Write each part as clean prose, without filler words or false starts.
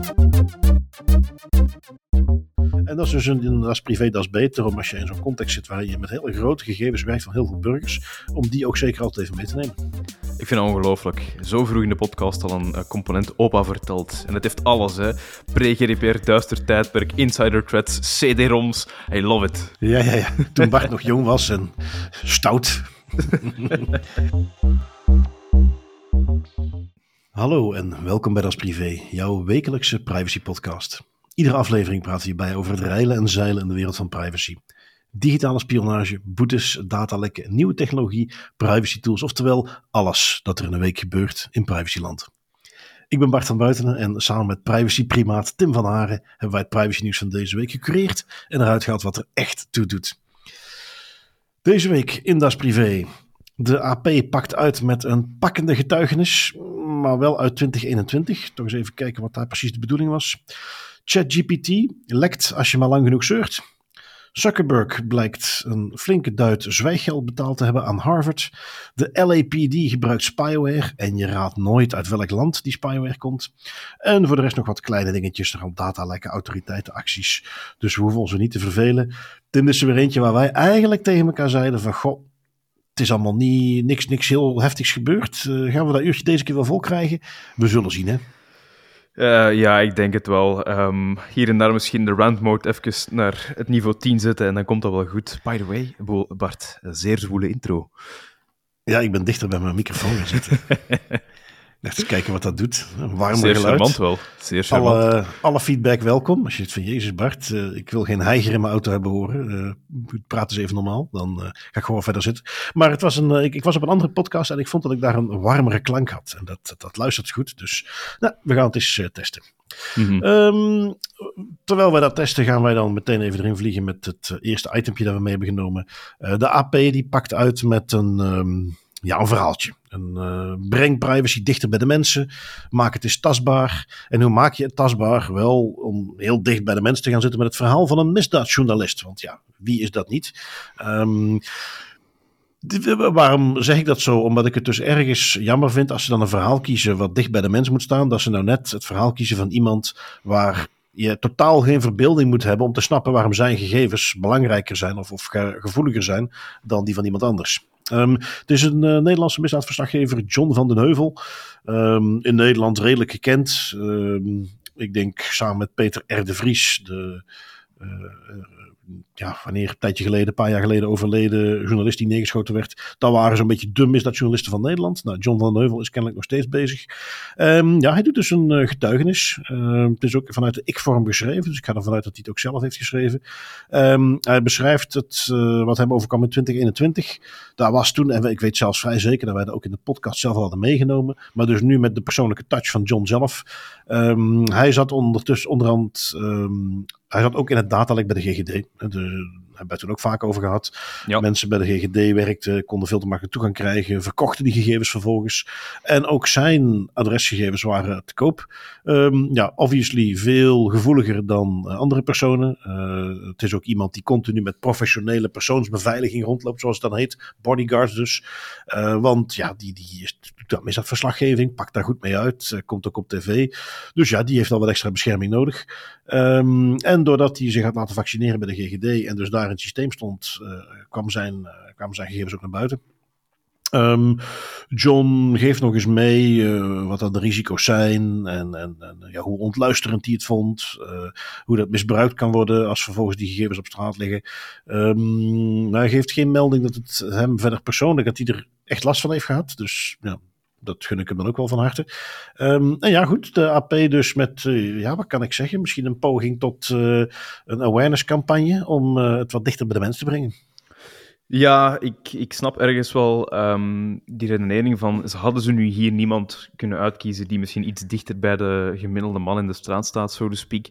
En dat is dus dat is privé, dat is beter om als je in zo'n context zit waar je met hele grote gegevens werkt van heel veel burgers, om die ook zeker altijd even mee te nemen. Ik vind het ongelooflijk. Zo vroeg in de podcast al een component opa verteld. En het heeft alles, hè. Pre-GDPR, duister tijdperk, insider threads, CD-ROMs. I love it. Ja. Toen Bart nog jong was en stout. Hallo en welkom bij Das Privé, jouw wekelijkse privacy podcast. Iedere aflevering praten we hierbij over het reilen en zeilen in de wereld van privacy. Digitale spionage, boetes, datalekken, nieuwe technologie, privacy tools, oftewel alles dat er in een week gebeurt in privacyland. Ik ben Bart van Buitenen en samen met privacy-primaat Tim van Haren hebben wij het privacy nieuws van deze week gecreëerd en eruit gehaald wat er echt toe doet. Deze week in Das Privé. De AP pakt uit met een pakkende getuigenis, maar wel uit 2021. Toch eens even kijken wat daar precies de bedoeling was. ChatGPT lekt als je maar lang genoeg zeurt. Zuckerberg blijkt een flinke duit zwijggeld betaald te hebben aan Harvard. De LAPD gebruikt spyware en je raadt nooit uit welk land die spyware komt. En voor de rest nog wat kleine dingetjes, er gaan datalekken, autoriteitenacties. Dus we hoeven ons er niet te vervelen. Dit is er weer eentje waar wij eigenlijk tegen elkaar zeiden van goh, het is allemaal niks heel heftigs gebeurd. Gaan we dat uurtje deze keer wel vol krijgen? We zullen zien, hè. Ja, ik denk het wel. Hier en daar misschien de rant mode even naar het niveau 10 zetten en dan komt dat wel goed. By the way, Bart, een zeer zwoele intro. Ja, ik ben dichter bij mijn microfoon gaan zitten. Eens kijken wat dat doet. Een warm zeer geluid. Charmant wel. Zeer charmant. Alle feedback welkom. Als je het van Jezus Bart, ik wil geen hijger in mijn auto hebben horen. Praat eens even normaal. Dan ga ik gewoon verder zitten. Maar het was ik was op een andere podcast en ik vond dat ik daar een warmere klank had. En dat luistert goed. Dus nou, we gaan het eens testen. Mm-hmm. Terwijl wij dat testen, gaan wij dan meteen even erin vliegen met het eerste itempje dat we mee hebben genomen. De AP die pakt uit met een verhaaltje. Breng privacy dichter bij de mensen. Maak het eens tastbaar. En hoe maak je het tastbaar? Wel, om heel dicht bij de mensen te gaan zitten met het verhaal van een misdaadjournalist. Want ja, wie is dat niet? Waarom zeg ik dat zo? Omdat ik het dus ergens jammer vind als ze dan een verhaal kiezen wat dicht bij de mens moet staan. Dat ze nou net het verhaal kiezen van iemand waar je totaal geen verbeelding moet hebben om te snappen waarom zijn gegevens belangrijker zijn of gevoeliger zijn dan die van iemand anders. Het is een Nederlandse misdaadverslaggever, John van den Heuvel. In Nederland redelijk gekend. Ik denk samen met Peter R. de Vries, een paar jaar geleden overleden journalist die neergeschoten werd. Dat waren zo'n beetje de misdaadjournalisten van Nederland. Nou, John van den Heuvel is kennelijk nog steeds bezig. Hij doet dus een getuigenis. Het is ook vanuit de ik-vorm geschreven, dus ik ga ervan uit dat hij het ook zelf heeft geschreven. Hij beschrijft wat hem overkwam in 2021. Daar was toen, en ik weet zelfs vrij zeker dat wij dat ook in de podcast zelf al hadden meegenomen, maar dus nu met de persoonlijke touch van John zelf. Hij zat hij zat ook in het datalek bij de GGD. Daar hebben we het toen ook vaak over gehad. Ja. Mensen bij de GGD werkten, konden veel te makkelijk toegang krijgen, verkochten die gegevens vervolgens. En ook zijn adresgegevens waren te koop. Obviously veel gevoeliger dan andere personen. Het is ook iemand die continu met professionele persoonsbeveiliging rondloopt, zoals het dan heet. Bodyguards dus. Want ja, die doet dat verslaggeving, pakt daar goed mee uit, komt ook op tv. Dus ja, die heeft al wat extra bescherming nodig. En doordat hij zich had laten vaccineren bij de GGD en dus daar in het systeem stond, kwamen zijn gegevens ook naar buiten. John geeft nog eens mee wat dan de risico's zijn en hoe ontluisterend hij het vond. Hoe dat misbruikt kan worden als vervolgens die gegevens op straat liggen. Hij geeft geen melding dat het hem verder persoonlijk, dat hij er echt last van heeft gehad. Dus ja, dat gun ik hem dan ook wel van harte. De AP dus met, wat kan ik zeggen? Misschien een poging tot een awareness campagne om het wat dichter bij de mens te brengen. Ja, ik snap ergens wel die redenering van, hadden ze nu hier niemand kunnen uitkiezen die misschien iets dichter bij de gemiddelde man in de straat staat, so to speak.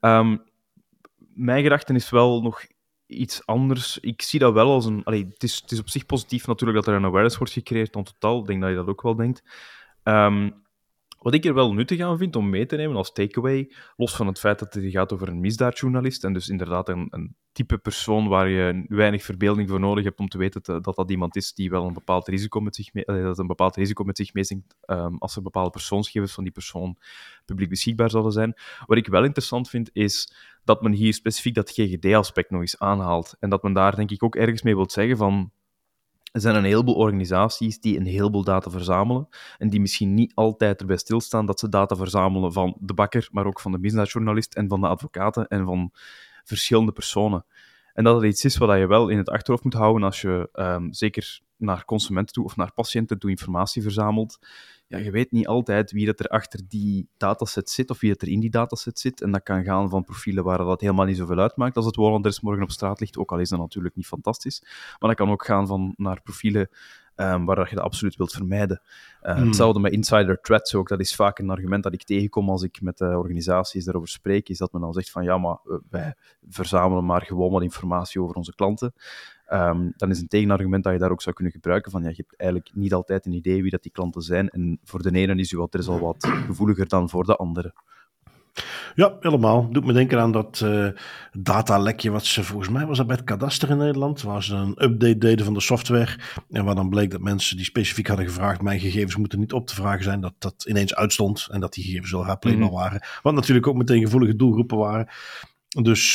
Mijn gedachte is wel nog iets anders. Ik zie dat wel als het is op zich positief natuurlijk dat er een awareness wordt gecreëerd, dan totaal. Ik denk dat je dat ook wel denkt. Wat ik er wel nuttig aan vind om mee te nemen als takeaway, los van het feit dat het gaat over een misdaadjournalist, en dus inderdaad een type persoon waar je weinig verbeelding voor nodig hebt om te weten dat iemand is die wel een bepaald risico met zich meezingt, als er bepaalde persoonsgegevens van die persoon publiek beschikbaar zouden zijn. Wat ik wel interessant vind, is dat men hier specifiek dat GGD-aspect nog eens aanhaalt. En dat men daar denk ik ook ergens mee wil zeggen van... Er zijn een heleboel organisaties die een heleboel data verzamelen en die misschien niet altijd erbij stilstaan dat ze data verzamelen van de bakker, maar ook van de misdaadjournalist en van de advocaten en van verschillende personen. En dat het iets is wat je wel in het achterhoofd moet houden als je zeker naar consumenten toe of naar patiënten toe informatie verzamelt. Ja, je weet niet altijd wie dat er achter die dataset zit of wie dat er in die dataset zit. En dat kan gaan van profielen waar dat helemaal niet zoveel uitmaakt als het woonadres morgen op straat ligt, ook al is dat natuurlijk niet fantastisch. Maar dat kan ook gaan van naar profielen waar je dat absoluut wilt vermijden. Hetzelfde met insider threats ook. Dat is vaak een argument dat ik tegenkom als ik met organisaties daarover spreek, is dat men dan zegt van ja, maar wij verzamelen maar gewoon wat informatie over onze klanten. Dan is een tegenargument dat je daar ook zou kunnen gebruiken van ja, je hebt eigenlijk niet altijd een idee wie dat die klanten zijn en voor de ene is uw adres al wat gevoeliger dan voor de andere. Ja, helemaal. Doet me denken aan dat datalekje wat ze, volgens mij was dat bij het kadaster in Nederland, waar ze een update deden van de software en waar dan bleek dat mensen die specifiek hadden gevraagd, mijn gegevens moeten niet op te vragen zijn, dat dat ineens uitstond en dat die gegevens wel raadpleegbaar waren. Wat natuurlijk ook meteen gevoelige doelgroepen waren. Dus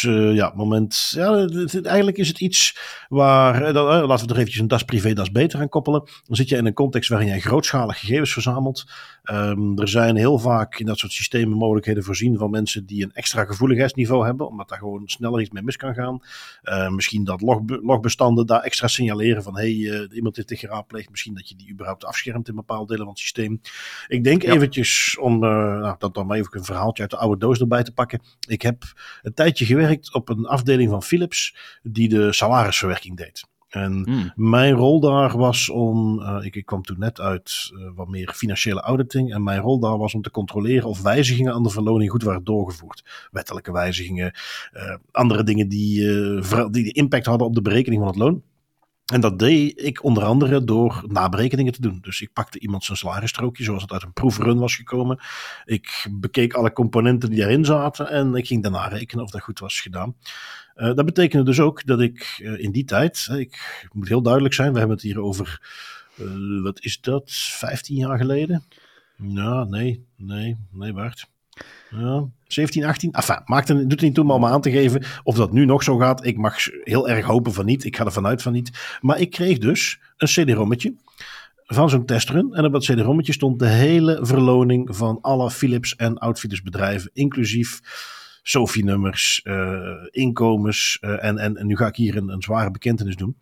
eigenlijk is het iets waar, laten we er eventjes een das privé, das beter aan koppelen. Dan zit je in een context waarin je grootschalig gegevens verzamelt. Er zijn heel vaak in dat soort systemen mogelijkheden voorzien van mensen die een extra gevoeligheidsniveau hebben, omdat daar gewoon sneller iets mee mis kan gaan. Misschien dat logbestanden daar extra signaleren van iemand heeft dit geraadpleegd. Misschien dat je die überhaupt afschermt in bepaalde delen van het systeem. Ik denk eventjes om dat dan maar even een verhaaltje uit de oude doos erbij te pakken. Ik heb een tijdje gewerkt op een afdeling van Philips die de salarisverwerking deed. En mijn rol daar was om, ik kwam toen net uit wat meer financiële auditing en mijn rol daar was om te controleren of wijzigingen aan de verloning goed waren doorgevoerd. Wettelijke wijzigingen, andere dingen die impact hadden op de berekening van het loon. En dat deed ik onder andere door naberekeningen te doen. Dus ik pakte iemand zijn salarisstrookje zoals het uit een proefrun was gekomen. Ik bekeek alle componenten die erin zaten en ik ging daarna rekenen of dat goed was gedaan. Dat betekende dus ook dat ik in die tijd, ik moet heel duidelijk zijn, we hebben het hier over, wat is dat, 15 jaar geleden? Ja, nee, Bart. Ja, 17, 18. Enfin, doet er niet toe om aan te geven of dat nu nog zo gaat. Ik mag heel erg hopen van niet. Ik ga er vanuit van niet. Maar ik kreeg dus een CD-rommetje van zo'n testrun. En op dat CD-rommetje stond de hele verloning van alle Philips en oud-Philips bedrijven, inclusief SOFI-nummers, inkomens. En nu ga ik hier een zware bekentenis doen.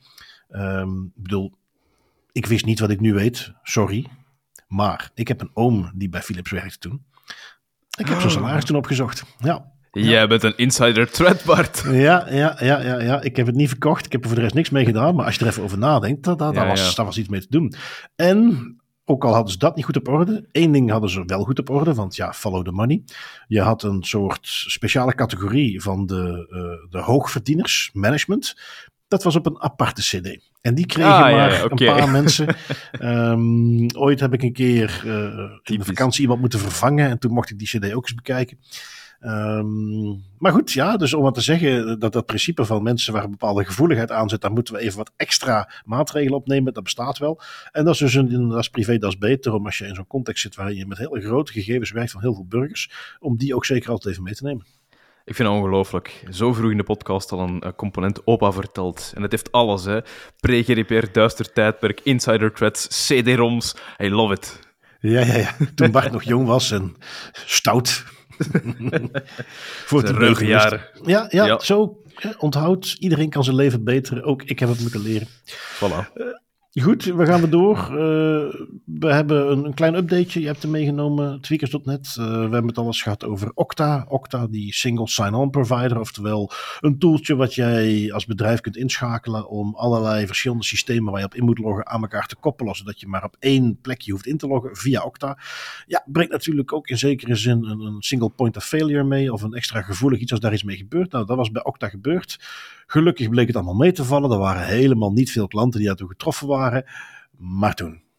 Ik wist niet wat ik nu weet. Sorry. Maar ik heb een oom die bij Philips werkte toen. Ik heb zijn salaris toen opgezocht. Ja. Jij bent een insider threat, Bart. Ja. Ik heb het niet verkocht. Ik heb er voor de rest niks mee gedaan. Maar als je er even over nadenkt, daar was iets mee te doen. En ook al hadden ze dat niet goed op orde, één ding hadden ze wel goed op orde, want ja, follow the money. Je had een soort speciale categorie van de hoogverdieners, management. Dat was op een aparte cd. En die kregen een paar mensen. Ooit heb ik een keer in de vakantie iemand moeten vervangen. En toen mocht ik die cd ook eens bekijken. Maar goed, ja, dus om wat te zeggen, dat principe van mensen waar een bepaalde gevoeligheid aan zit, daar moeten we even wat extra maatregelen opnemen. Dat bestaat wel. En dat is dus als privé, dat is beter. Om als je in zo'n context zit waarin je met hele grote gegevens werkt van heel veel burgers, om die ook zeker altijd even mee te nemen. Ik vind het ongelooflijk. Zo vroeg in de podcast al een component opa verteld. En het heeft alles, hè. Pre-GDPR, duister tijdperk, insider threats, CD-ROMs. I love it. Ja. Toen Bart nog jong was en stout. Voor het reugenjaren. Ja, zo onthoud. Iedereen kan zijn leven beteren. Ook ik heb het moeten leren. Voilà. Goed, we gaan weer door. We hebben een klein updateje. Je hebt hem meegenomen, tweakers.net. We hebben het al eens gehad over Okta. Okta, die single sign-on provider. Oftewel een tooltje wat jij als bedrijf kunt inschakelen om allerlei verschillende systemen waar je op in moet loggen aan elkaar te koppelen. Zodat je maar op één plekje hoeft in te loggen via Okta. Ja, brengt natuurlijk ook in zekere zin een single point of failure mee. Of een extra gevoelig iets als daar iets mee gebeurt. Nou, dat was bij Okta gebeurd. Gelukkig bleek het allemaal mee te vallen. Er waren helemaal niet veel klanten die daartoe getroffen waren. Maar toen.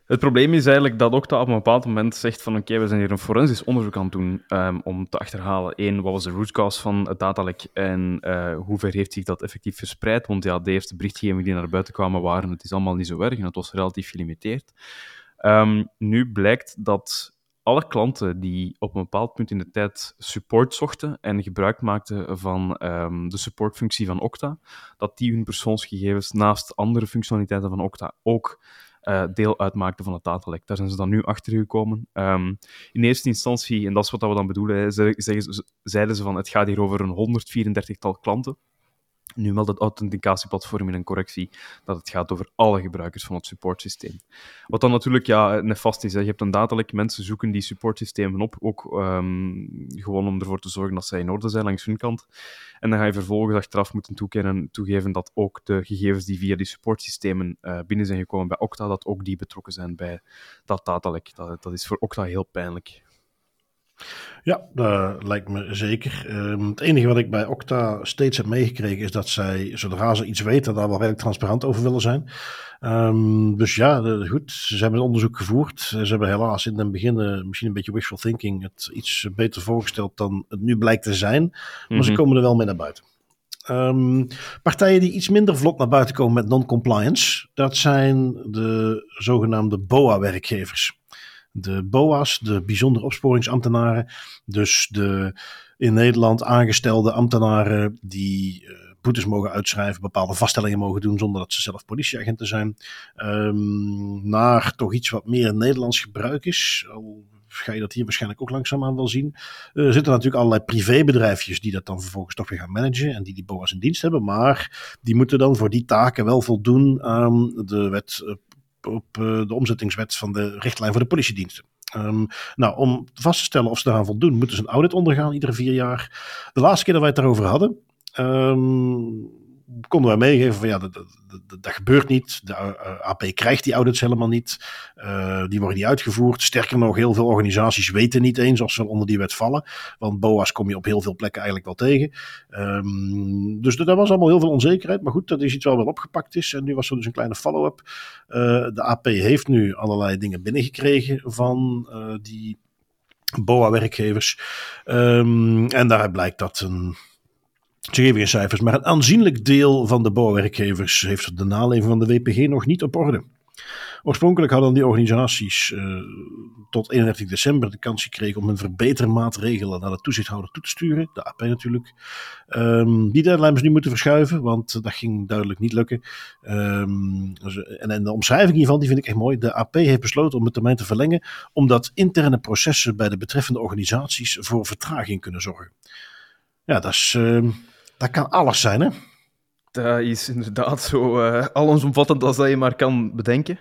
Het probleem is eigenlijk dat Okta op een bepaald moment zegt van oké, we zijn hier een forensisch onderzoek aan het doen om te achterhalen, één, wat was de root cause van het datalek en hoe ver heeft zich dat effectief verspreid? Want ja, de eerste berichtgevingen die naar buiten kwamen waren, het is allemaal niet zo erg en het was relatief gelimiteerd. Nu blijkt dat alle klanten die op een bepaald punt in de tijd support zochten en gebruik maakten van de supportfunctie van Okta, dat die hun persoonsgegevens naast andere functionaliteiten van Okta ook deel uitmaakten van het datalek. Daar zijn ze dan nu achter gekomen. In eerste instantie, en dat is wat we dan bedoelen, zeiden ze van het gaat hier over een 134-tal klanten. Nu meldt het authenticatieplatform in een correctie dat het gaat over alle gebruikers van het supportsysteem. Wat dan natuurlijk nefast is. Hè. Je hebt een datalek, mensen zoeken die supportsystemen op, ook gewoon om ervoor te zorgen dat zij in orde zijn langs hun kant. En dan ga je vervolgens achteraf moeten toegeven dat ook de gegevens die via die supportsystemen binnen zijn gekomen bij Okta, dat ook die betrokken zijn bij dat datalek. Dat is voor Okta heel pijnlijk. Ja, dat lijkt me zeker. Het enige wat ik bij Okta steeds heb meegekregen is dat zij, zodra ze iets weten, daar wel redelijk transparant over willen zijn. Dus ja, goed, ze hebben het onderzoek gevoerd. Ze hebben helaas in het begin misschien een beetje wishful thinking het iets beter voorgesteld dan het nu blijkt te zijn. Maar ze komen er wel mee naar buiten. Partijen die iets minder vlot naar buiten komen met non-compliance, dat zijn de zogenaamde BOA-werkgevers. De BOA's, de bijzondere opsporingsambtenaren, dus de in Nederland aangestelde ambtenaren die boetes mogen uitschrijven, bepaalde vaststellingen mogen doen zonder dat ze zelf politieagenten zijn, naar toch iets wat meer Nederlands gebruik is. Al ga je dat hier waarschijnlijk ook langzaamaan wel zien. Er zitten natuurlijk allerlei privébedrijfjes die dat dan vervolgens toch weer gaan managen en die BOA's in dienst hebben, maar die moeten dan voor die taken wel voldoen aan de wet op de omzettingswet van de richtlijn voor de politiediensten. Nou, om vast te stellen of ze daaraan voldoen, moeten ze een audit ondergaan iedere 4 jaar. De laatste keer dat wij het daarover hadden, konden wij meegeven van ja, dat gebeurt niet. De AP krijgt die audits helemaal niet. Die worden niet uitgevoerd. Sterker nog, heel veel organisaties weten niet eens of ze onder die wet vallen. Want BOA's kom je op heel veel plekken eigenlijk wel tegen. Dus daar was allemaal heel veel onzekerheid. Maar goed, dat is iets wat wel opgepakt is. En nu was er dus een kleine follow-up. De AP heeft nu allerlei dingen binnengekregen van die BOA-werkgevers. En daaruit blijkt dat ze geven geen cijfers, maar een aanzienlijk deel van de BOA-werkgevers heeft de naleving van de WPG nog niet op orde. Oorspronkelijk hadden die organisaties tot 31 december de kans gekregen om hun verbetermaatregelen naar de toezichthouder toe te sturen, de AP natuurlijk. Die deadline hebben ze nu moeten verschuiven, want dat ging duidelijk niet lukken. En de omschrijving hiervan die vind ik echt mooi. De AP heeft besloten om de termijn te verlengen, omdat interne processen bij de betreffende organisaties voor vertraging kunnen zorgen. Ja, dat kan alles zijn, hè? Dat is inderdaad zo allesomvattend als dat je maar kan bedenken.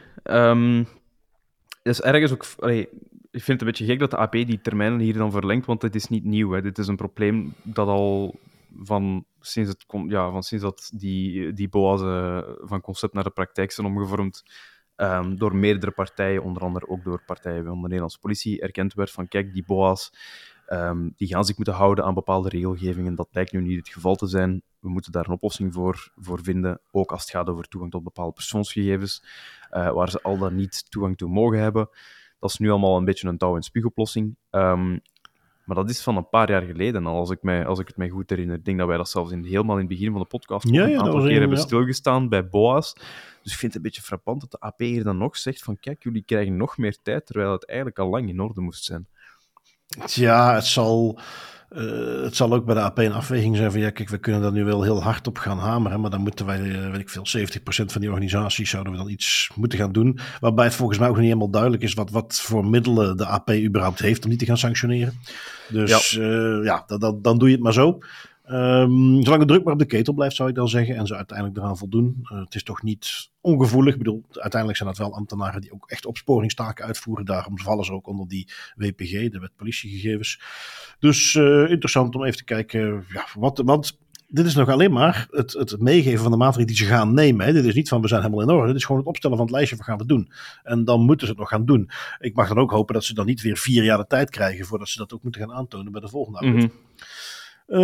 Dus ergens ook... ik vind het een beetje gek dat de AP die termijnen hier dan verlengt, want het is niet nieuw. Hè. Dit is een probleem dat al sinds dat die BOA's van concept naar de praktijk zijn omgevormd, door meerdere partijen, onder andere ook door partijen van de Nederlandse politie, erkend werd van kijk, die BOA's die gaan zich moeten houden aan bepaalde regelgevingen. Dat lijkt nu niet het geval te zijn. We moeten daar een oplossing voor vinden, ook als het gaat over toegang tot bepaalde persoonsgegevens, waar ze al dan niet toegang toe mogen hebben. Dat is nu allemaal een beetje een touw-en-spuugoplossing. Maar dat is van een paar jaar geleden al, als ik het mij goed herinner. Ik denk dat wij dat zelfs helemaal in het begin van de podcast een aantal keer hebben stilgestaan bij BOA's. Dus ik vind het een beetje frappant dat de AP hier dan nog zegt van kijk, jullie krijgen nog meer tijd, terwijl het eigenlijk al lang in orde moest zijn. Ja, het zal ook bij de AP een afweging zijn van ja, kijk, we kunnen daar nu wel heel hard op gaan hameren, maar dan moeten wij, weet ik veel, 70% van die organisaties zouden we dan iets moeten gaan doen, waarbij het volgens mij ook niet helemaal duidelijk is wat voor middelen de AP überhaupt heeft om die te gaan sanctioneren. Dus dan doe je het maar zo. Zolang de druk maar op de ketel blijft, zou ik dan zeggen, en ze uiteindelijk eraan voldoen. Het is toch niet ongevoelig. Ik bedoel, uiteindelijk zijn dat wel ambtenaren die ook echt opsporingstaken uitvoeren. Daarom vallen ze ook onder die WPG, de wet politiegegevens. Dus interessant om even te kijken, want dit is nog alleen maar het meegeven van de maatregelen die ze gaan nemen. Hè. Dit is niet van we zijn helemaal in orde. Dit is gewoon het opstellen van het lijstje van gaan we doen. En dan moeten ze het nog gaan doen. Ik mag dan ook hopen dat ze dan niet weer 4 jaar de tijd krijgen voordat ze dat ook moeten gaan aantonen bij de volgende audit. Mm-hmm.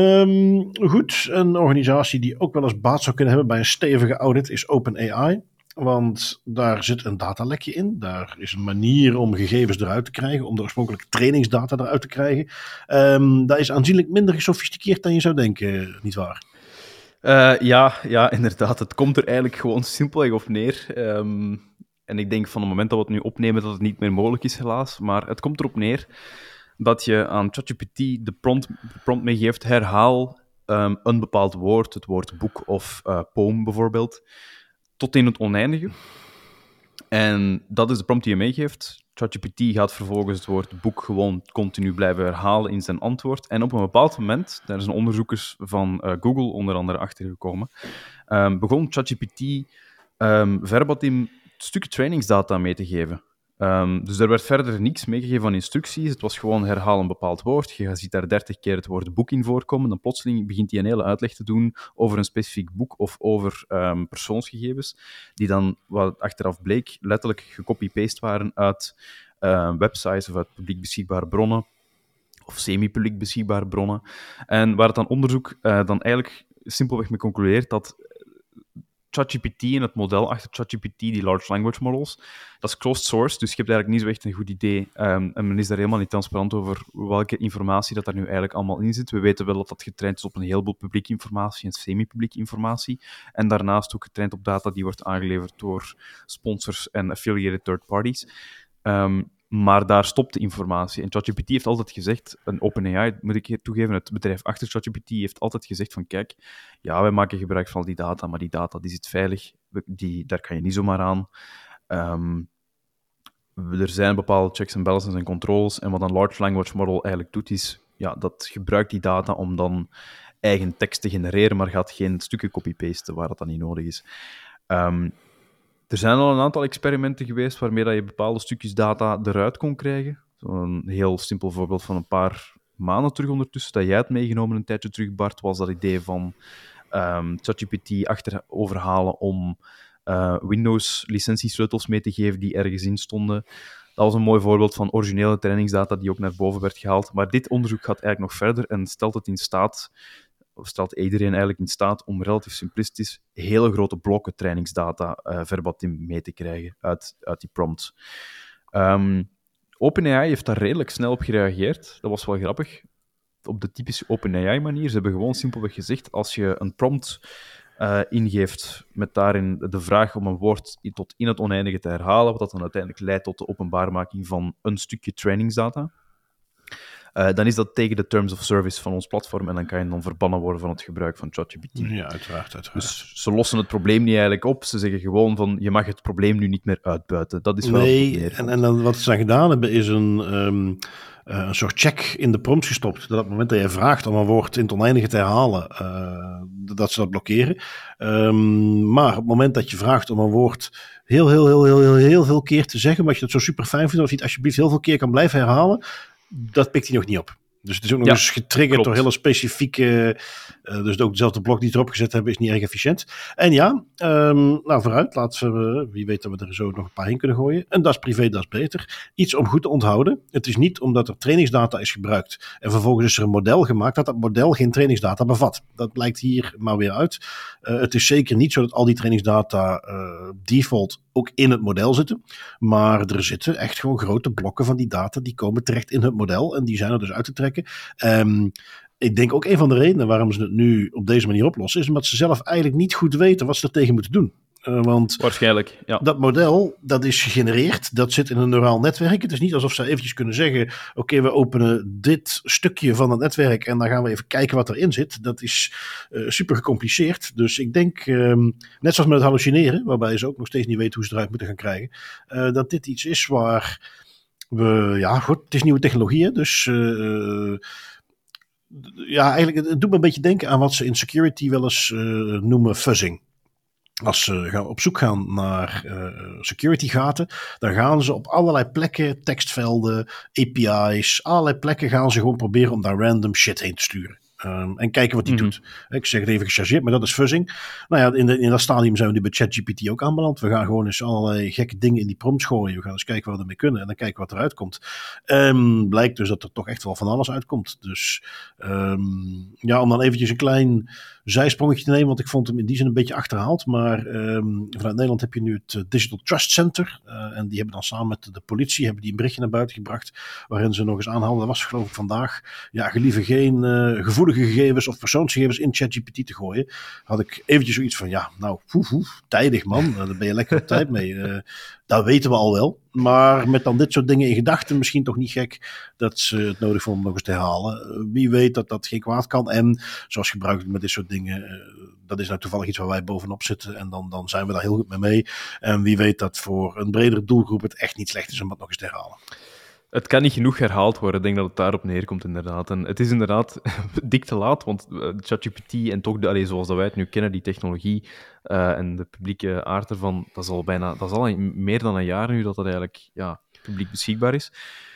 Goed, een organisatie die ook wel eens baat zou kunnen hebben bij een stevige audit is OpenAI. Want daar zit een datalekje in. Daar is een manier om gegevens eruit te krijgen. Om de oorspronkelijke trainingsdata eruit te krijgen. Dat is aanzienlijk minder gesofisticeerd dan je zou denken, nietwaar? Ja, inderdaad. Het komt er eigenlijk gewoon simpelweg op neer. En ik denk van het moment dat we het nu opnemen dat het niet meer mogelijk is, helaas. Maar het komt erop neer dat je aan ChatGPT de prompt meegeeft, herhaal een bepaald woord, het woord boek of poem bijvoorbeeld, tot in het oneindige. En dat is de prompt die je meegeeft. ChatGPT gaat vervolgens het woord boek gewoon continu blijven herhalen in zijn antwoord. En op een bepaald moment, daar zijn onderzoekers van Google onder andere achtergekomen, begon ChatGPT verbatim stukken trainingsdata mee te geven. Dus er werd verder niks meegegeven van instructies. Het was gewoon herhaal een bepaald woord. Je ziet daar 30 keer het woord boek in voorkomen. Dan plotseling begint hij een hele uitleg te doen over een specifiek boek of over persoonsgegevens, die dan, wat achteraf bleek, letterlijk gecopy-paste waren uit websites of uit publiek beschikbare bronnen of semi-publiek beschikbare bronnen. En waar het aan onderzoek dan eigenlijk simpelweg mee concludeert dat ChatGPT en het model achter ChatGPT, die large language models, dat is closed source, dus je hebt eigenlijk niet zo echt een goed idee. En men is daar helemaal niet transparant over welke informatie dat daar nu eigenlijk allemaal in zit. We weten wel dat dat getraind is op een heleboel publieke informatie en semi-publieke informatie. En daarnaast ook getraind op data die wordt aangeleverd door sponsors en affiliated third parties. Maar daar stopt de informatie. En ChatGPT heeft altijd gezegd, en OpenAI, moet ik hier toegeven, het bedrijf achter ChatGPT heeft altijd gezegd van kijk, ja, wij maken gebruik van die data, maar die data die zit veilig, daar kan je niet zomaar aan. Er zijn bepaalde checks en balances en controls. En wat een large language model eigenlijk doet, is ja, dat gebruikt die data om dan eigen tekst te genereren, maar gaat geen stukken copy-pasten waar dat dan niet nodig is. Er zijn al een aantal experimenten geweest waarmee dat je bepaalde stukjes data eruit kon krijgen. Zo'n heel simpel voorbeeld van een paar maanden terug ondertussen, dat jij het meegenomen een tijdje terug, Bart, was dat idee van ChatGPT overhalen om Windows-licentiesleutels mee te geven die ergens in stonden. Dat was een mooi voorbeeld van originele trainingsdata die ook naar boven werd gehaald. Maar dit onderzoek gaat eigenlijk nog verder en stelt iedereen eigenlijk in staat om relatief simplistisch hele grote blokken trainingsdata verbatim mee te krijgen uit die prompt. OpenAI heeft daar redelijk snel op gereageerd. Dat was wel grappig. Op de typische OpenAI-manier. Ze hebben gewoon simpelweg gezegd, als je een prompt ingeeft met daarin de vraag om een woord tot in het oneindige te herhalen, wat dat dan uiteindelijk leidt tot de openbaarmaking van een stukje trainingsdata, dan is dat tegen de terms of service van ons platform en dan kan je dan verbannen worden van het gebruik van ChatGPT. Ja, uiteraard. Dus ze lossen het probleem niet eigenlijk op. Ze zeggen gewoon van, je mag het probleem nu niet meer uitbuiten. Dat is wel en dan wat ze dan gedaan hebben, is een soort check in de prompt gestopt. Dat op het moment dat je vraagt om een woord in het oneindige te herhalen, dat ze dat blokkeren. Maar op het moment dat je vraagt om een woord heel veel keer te zeggen, omdat je dat zo super fijn vindt, of je het alsjeblieft heel veel keer kan blijven herhalen, dat pikt hij nog niet op. Dus het is ook nog eens getriggerd door hele specifieke... dus ook dezelfde blok die ze erop gezet hebben is niet erg efficiënt. En ja, nou vooruit. Laten we, wie weet dat we er zo nog een paar in kunnen gooien. En dat is privé, dat is beter. Iets om goed te onthouden. Het is niet omdat er trainingsdata is gebruikt en vervolgens is er een model gemaakt dat model geen trainingsdata bevat. Dat blijkt hier maar weer uit. Het is zeker niet zo dat al die trainingsdata default ook in het model zitten. Maar er zitten echt gewoon grote blokken van die data die komen terecht in het model en die zijn er dus uit te trekken. Ik denk ook een van de redenen waarom ze het nu op deze manier oplossen is omdat ze zelf eigenlijk niet goed weten wat ze er tegen moeten doen. Want waarschijnlijk, ja. Dat model, dat is gegenereerd, dat zit in een neuraal netwerk. Het is niet alsof ze eventjes kunnen zeggen, oké, we openen dit stukje van het netwerk en dan gaan we even kijken wat erin zit. Dat is super gecompliceerd. Dus ik denk, net zoals met het hallucineren, waarbij ze ook nog steeds niet weten hoe ze eruit moeten gaan krijgen, dat dit iets is waar goed, het is nieuwe technologie, hè, dus eigenlijk, het doet me een beetje denken aan wat ze in security wel eens noemen fuzzing. Als ze op zoek gaan naar security gaten, dan gaan ze op allerlei plekken, tekstvelden, API's, allerlei plekken gaan ze gewoon proberen om daar random shit heen te sturen. En kijken wat die doet. Ik zeg het even gechargeerd, maar dat is fuzzing. Nou ja, in dat stadium zijn we nu bij ChatGPT ook aanbeland. We gaan gewoon eens allerlei gekke dingen in die prompts gooien. We gaan eens kijken waar we ermee kunnen en dan kijken wat eruit komt. Blijkt dus dat er toch echt wel van alles uitkomt. Dus om dan eventjes een klein zijsprongetje te nemen, want ik vond hem in die zin een beetje achterhaald. Maar vanuit Nederland heb je nu het Digital Trust Center. En die hebben dan samen met de politie een berichtje naar buiten gebracht, waarin ze nog eens aanhaalden. Dat was geloof ik vandaag. Ja, gelieve geen gevoelige gegevens of persoonsgegevens in ChatGPT te gooien. Had ik eventjes zoiets van, tijdig man. Daar ben je lekker op tijd mee. Dat weten we al wel. Maar met dan dit soort dingen in gedachten, misschien toch niet gek dat ze het nodig vonden om nog eens te herhalen. Wie weet dat dat geen kwaad kan. En zoals gebruikelijk met dit soort dingen, dat is nou toevallig iets waar wij bovenop zitten. En dan zijn we daar heel goed mee. En wie weet dat voor een bredere doelgroep het echt niet slecht is om het nog eens te herhalen. Het kan niet genoeg herhaald worden. Ik denk dat het daarop neerkomt, inderdaad. En het is inderdaad dik te laat, want ChatGPT en toch, zoals dat wij het nu kennen, die technologie en de publieke aard ervan, dat is al meer dan een jaar nu dat eigenlijk publiek beschikbaar is.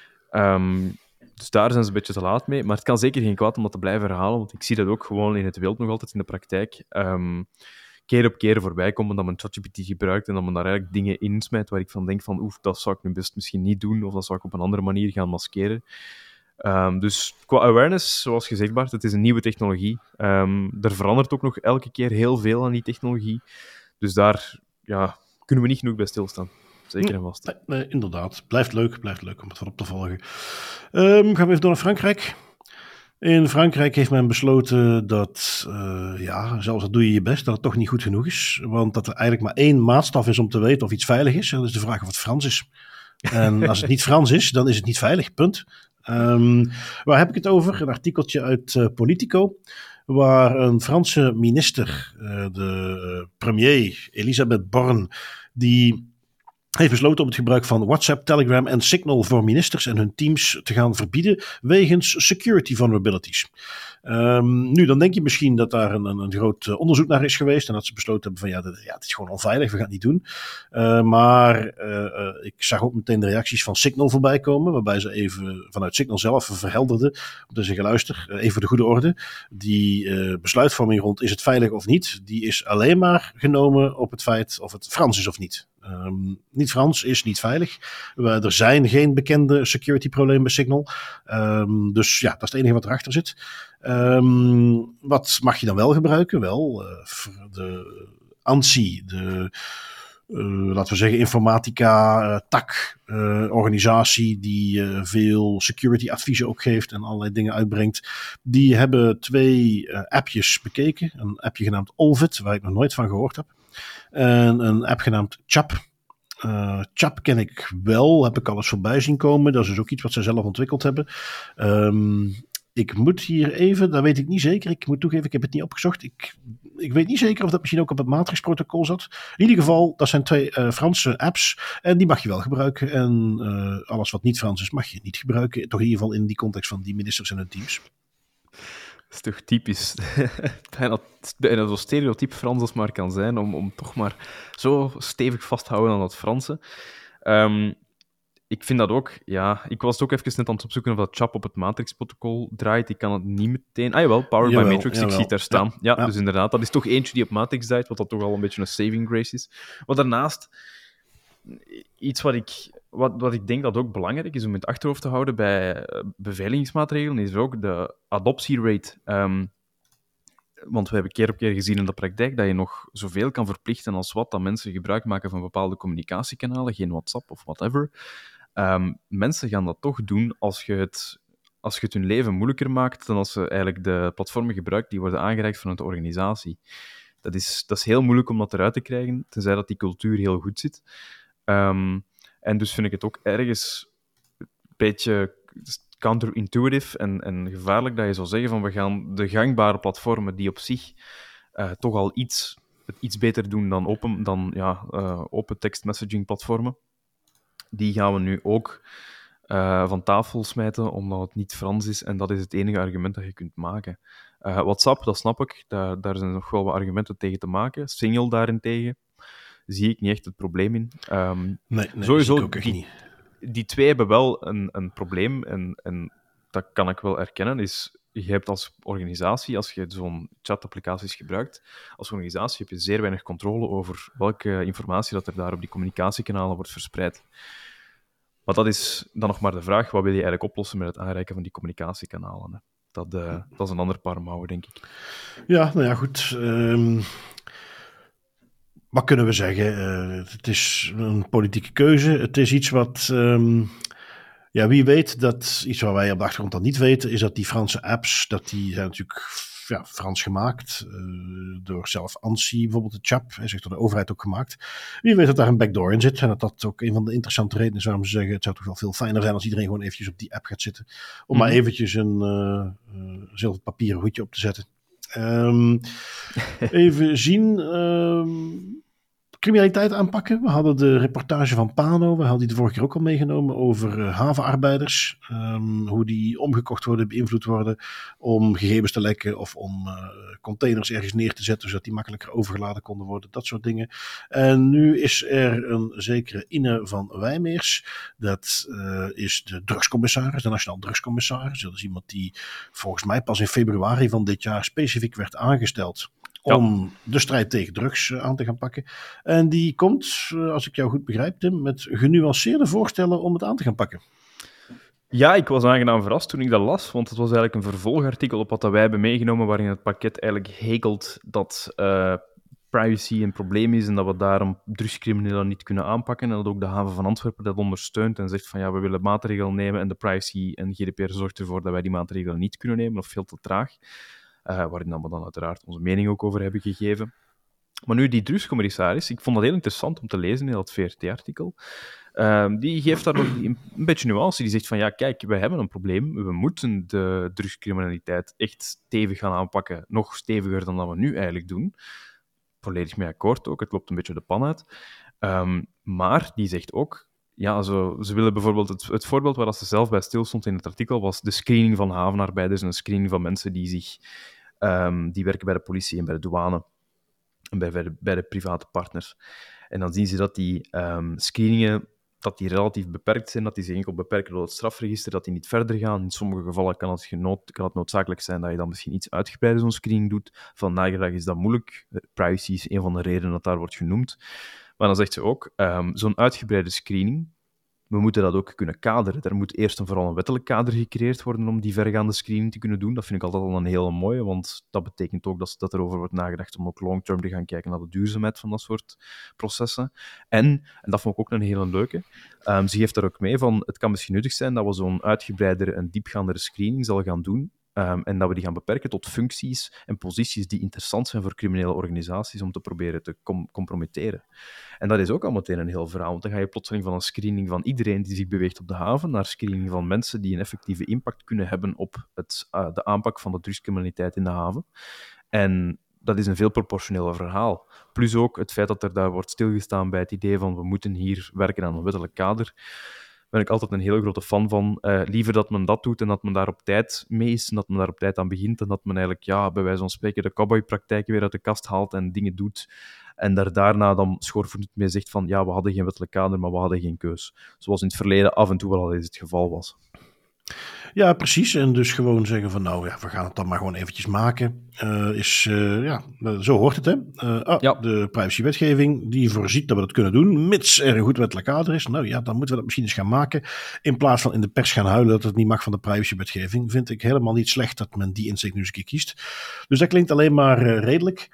Dus daar zijn ze een beetje te laat mee. Maar het kan zeker geen kwaad om dat te blijven herhalen, want ik zie dat ook gewoon in het wild nog altijd in de praktijk. Keer op keer voorbij komen dat men ChatGPT gebruikt en dat men daar eigenlijk dingen insmijt waar ik van denk van dat zou ik nu best misschien niet doen of dat zou ik op een andere manier gaan maskeren. Dus qua awareness, zoals gezegd Bart, het is een nieuwe technologie. Er verandert ook nog elke keer heel veel aan die technologie. Dus daar kunnen we niet genoeg bij stilstaan. Zeker en vast. Nee, inderdaad. Blijft leuk om het van op te volgen. Gaan we even door naar Frankrijk. In Frankrijk heeft men besloten dat, zelfs al doe je je best, dat het toch niet goed genoeg is. Want dat er eigenlijk maar één maatstaf is om te weten of iets veilig is. En dat is de vraag of het Frans is. En als het niet Frans is, dan is het niet veilig, punt. Waar heb ik het over? Een artikeltje uit Politico, waar een Franse minister, de premier Elisabeth Borne, die heeft besloten om het gebruik van WhatsApp, Telegram en Signal voor ministers en hun teams te gaan verbieden wegens security vulnerabilities. Nu, dan denk je misschien dat daar een groot onderzoek naar is geweest en dat ze besloten hebben van het is gewoon onveilig, we gaan het niet doen. Maar ik zag ook meteen de reacties van Signal voorbij komen, waarbij ze even vanuit Signal zelf verhelderden om te zeggen, luister, even voor de goede orde, die besluitvorming rond is het veilig of niet, die is alleen maar genomen op het feit of het Frans is of niet. Niet Frans is niet veilig. Er zijn geen bekende security problemen bij Signal. Dus dat is het enige wat erachter zit. Wat mag je dan wel gebruiken? Wel, de ANSSI, laten we zeggen informatica tak organisatie die veel security adviezen ook geeft en allerlei dingen uitbrengt. Die hebben 2 appjes bekeken. Een appje genaamd Olvit, waar ik nog nooit van gehoord heb. En een app genaamd Chap. Chap ken ik wel, heb ik al eens voorbij zien komen. Dat is dus ook iets wat zij zelf ontwikkeld hebben. Ik moet hier even, dat weet ik niet zeker. Ik moet toegeven, ik heb het niet opgezocht. Ik weet niet zeker of dat misschien ook op het Matrix-protocol zat. In ieder geval, dat zijn 2 Franse apps. En die mag je wel gebruiken. En alles wat niet Frans is, mag je niet gebruiken. Toch in ieder geval in die context van die ministers en hun teams. Dat is toch typisch. bijna zo stereotyp Frans als maar kan zijn, om toch maar zo stevig vast te houden aan dat Franse. Ik vind dat ook, ik was het ook even net aan het opzoeken of dat Chap op het Matrix-protocol draait. Ik kan het niet meteen... Powered by Matrix, ik zie het daar staan. Ja, dus inderdaad, dat is toch eentje die op Matrix draait, wat dat toch al een beetje een saving grace is. Maar daarnaast, iets wat ik denk dat ook belangrijk is om in het achterhoofd te houden bij beveiligingsmaatregelen, is ook de adoptierate. Want we hebben keer op keer gezien in de praktijk dat je nog zoveel kan verplichten als dat mensen gebruik maken van bepaalde communicatiekanalen, geen WhatsApp of whatever. Mensen gaan dat toch doen als je het hun leven moeilijker maakt dan als ze eigenlijk de platformen gebruiken die worden aangereikt vanuit de organisatie. Dat is heel moeilijk om dat eruit te krijgen, tenzij dat die cultuur heel goed zit. En dus vind ik het ook ergens een beetje counterintuitive en gevaarlijk dat je zou zeggen van we gaan de gangbare platformen die op zich toch al iets beter doen dan open text messaging platformen, die gaan we nu ook van tafel smijten omdat het niet Frans is en dat is het enige argument dat je kunt maken. WhatsApp, dat snap ik, daar zijn nog wel wat argumenten tegen te maken. Signal daarentegen zie ik niet echt het probleem in. Nee, sowieso, ook echt niet. Die 2 hebben wel een probleem, en dat kan ik wel erkennen, is je hebt als organisatie, als je zo'n chatapplicaties gebruikt, als organisatie heb je zeer weinig controle over welke informatie dat er daar op die communicatiekanalen wordt verspreid. Maar dat is dan nog maar de vraag, wat wil je eigenlijk oplossen met het aanreiken van die communicatiekanalen? Hè? Dat is een ander paar mouwen, denk ik. Ja, nou ja, goed. Wat kunnen we zeggen? Het is een politieke keuze. Het is iets wat... wie weet dat iets waar wij op de achtergrond dan niet weten, is dat die Franse apps, dat die zijn natuurlijk Frans gemaakt. Door zelf ANSSI, bijvoorbeeld de CHAP, is door de overheid ook gemaakt. Wie weet dat daar een backdoor in zit. En dat dat ook een van de interessante redenen is waarom ze zeggen, het zou toch wel veel fijner zijn als iedereen gewoon eventjes op die app gaat zitten. Om maar eventjes een zilver papieren hoedje op te zetten. Even zien. Criminaliteit aanpakken. We hadden de reportage van Pano. We hadden die de vorige keer ook al meegenomen over havenarbeiders. Hoe die omgekocht worden, beïnvloed worden om gegevens te lekken of om containers ergens neer te zetten zodat die makkelijker overgeladen konden worden. Dat soort dingen. En nu is er een zekere Ine van Wijmeers. Dat is de drugscommissaris, de nationaal drugscommissaris. Dat is iemand die volgens mij pas in februari van dit jaar specifiek werd aangesteld om de strijd tegen drugs aan te gaan pakken. En die komt, als ik jou goed begrijp, Tim, met genuanceerde voorstellen om het aan te gaan pakken. Ja, ik was aangenaam verrast toen ik dat las, want het was eigenlijk een vervolgartikel op wat wij hebben meegenomen, waarin het pakket eigenlijk hekelt dat privacy een probleem is en dat we daarom drugscriminelen niet kunnen aanpakken en dat ook de haven van Antwerpen dat ondersteunt en zegt van ja, we willen maatregelen nemen en de privacy en GDPR zorgt ervoor dat wij die maatregelen niet kunnen nemen of veel te traag. Waarin we dan uiteraard onze mening ook over hebben gegeven. Maar nu die drugscommissaris, ik vond dat heel interessant om te lezen in dat VRT-artikel. Die geeft daar nog een beetje nuance. Die zegt van ja, kijk, we hebben een probleem. We moeten de drugscriminaliteit echt stevig gaan aanpakken. Nog steviger dan dat we nu eigenlijk doen. Volledig mee akkoord ook. Het loopt een beetje de pan uit. Maar die zegt ook, ja, ze willen bijvoorbeeld het voorbeeld waar ze zelf bij stilstond in het artikel was de screening van havenarbeiders en de screening van mensen die werken bij de politie en bij de douane en bij de private partners. En dan zien ze dat die screeningen dat die relatief beperkt zijn, dat die zich enkel beperken door het strafregister, dat die niet verder gaan. In sommige gevallen kan het noodzakelijk zijn dat je dan misschien iets uitgebreider zo'n screening doet. Van nagedacht is dat moeilijk. Privacy is een van de redenen dat daar wordt genoemd. Maar dan zegt ze ook, zo'n uitgebreide screening, we moeten dat ook kunnen kaderen. Er moet eerst en vooral een wettelijk kader gecreëerd worden om die vergaande screening te kunnen doen. Dat vind ik altijd al een hele mooie, want dat betekent ook dat erover wordt nagedacht om ook long-term te gaan kijken naar de duurzaamheid van dat soort processen. En dat vond ik ook een hele leuke, ze geeft daar ook mee van, het kan misschien nuttig zijn dat we zo'n uitgebreidere en diepgaandere screening zal gaan doen, en dat we die gaan beperken tot functies en posities die interessant zijn voor criminele organisaties om te proberen te compromitteren. En dat is ook al meteen een heel verhaal, want dan ga je plotseling van een screening van iedereen die zich beweegt op de haven naar screening van mensen die een effectieve impact kunnen hebben op de aanpak van de drugscriminaliteit in de haven. En dat is een veel proportioneler verhaal. Plus ook het feit dat er daar wordt stilgestaan bij het idee van we moeten hier werken aan een wettelijk kader. Ben ik altijd een heel grote fan van. Liever dat men dat doet en dat men daar op tijd mee is en dat men daar op tijd aan begint en dat men eigenlijk, ja, bij wijze van spreken de cowboypraktijken weer uit de kast haalt en dingen doet en daarna dan schoorvoetend mee zegt van ja, we hadden geen wettelijk kader, maar we hadden geen keus. Zoals in het verleden af en toe wel al eens het geval was. Ja, precies. En dus gewoon zeggen van nou ja, we gaan het dan maar gewoon eventjes maken. Zo hoort het hè. De privacywetgeving die voorziet dat we dat kunnen doen, mits er een goed wettelijk kader is. Nou ja, dan moeten we dat misschien eens gaan maken. In plaats van in de pers gaan huilen dat het niet mag van de privacywetgeving, vind ik helemaal niet slecht dat men die insteek nu eens een keer kiest. Dus dat klinkt alleen maar redelijk.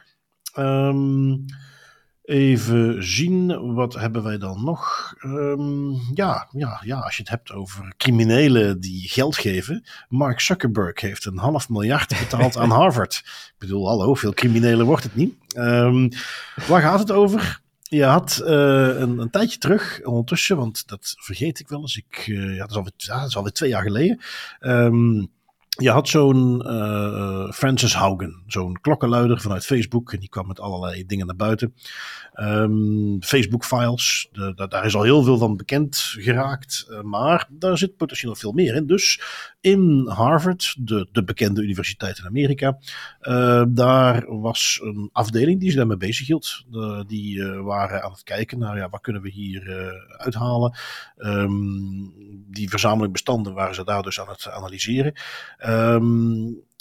Even zien, wat hebben wij dan nog? Als je het hebt over criminelen die geld geven. Mark Zuckerberg heeft $500 miljoen betaald aan Harvard. Ik bedoel, hallo, veel criminelen wordt het niet. Waar gaat het over? Je had een tijdje terug, ondertussen, want dat vergeet ik wel eens. Dat is alweer 2 jaar geleden. Je had zo'n Frances Haugen, zo'n klokkenluider vanuit Facebook. En die kwam met allerlei dingen naar buiten. Facebook-files, daar is al heel veel van bekend geraakt. Maar daar zit potentieel veel meer in. Dus in Harvard, de bekende universiteit in Amerika, daar was een afdeling die zich daarmee bezig hield. Die waren aan het kijken naar ja, wat kunnen we hier uithalen. Die verzameling bestanden waren ze daar dus aan het analyseren.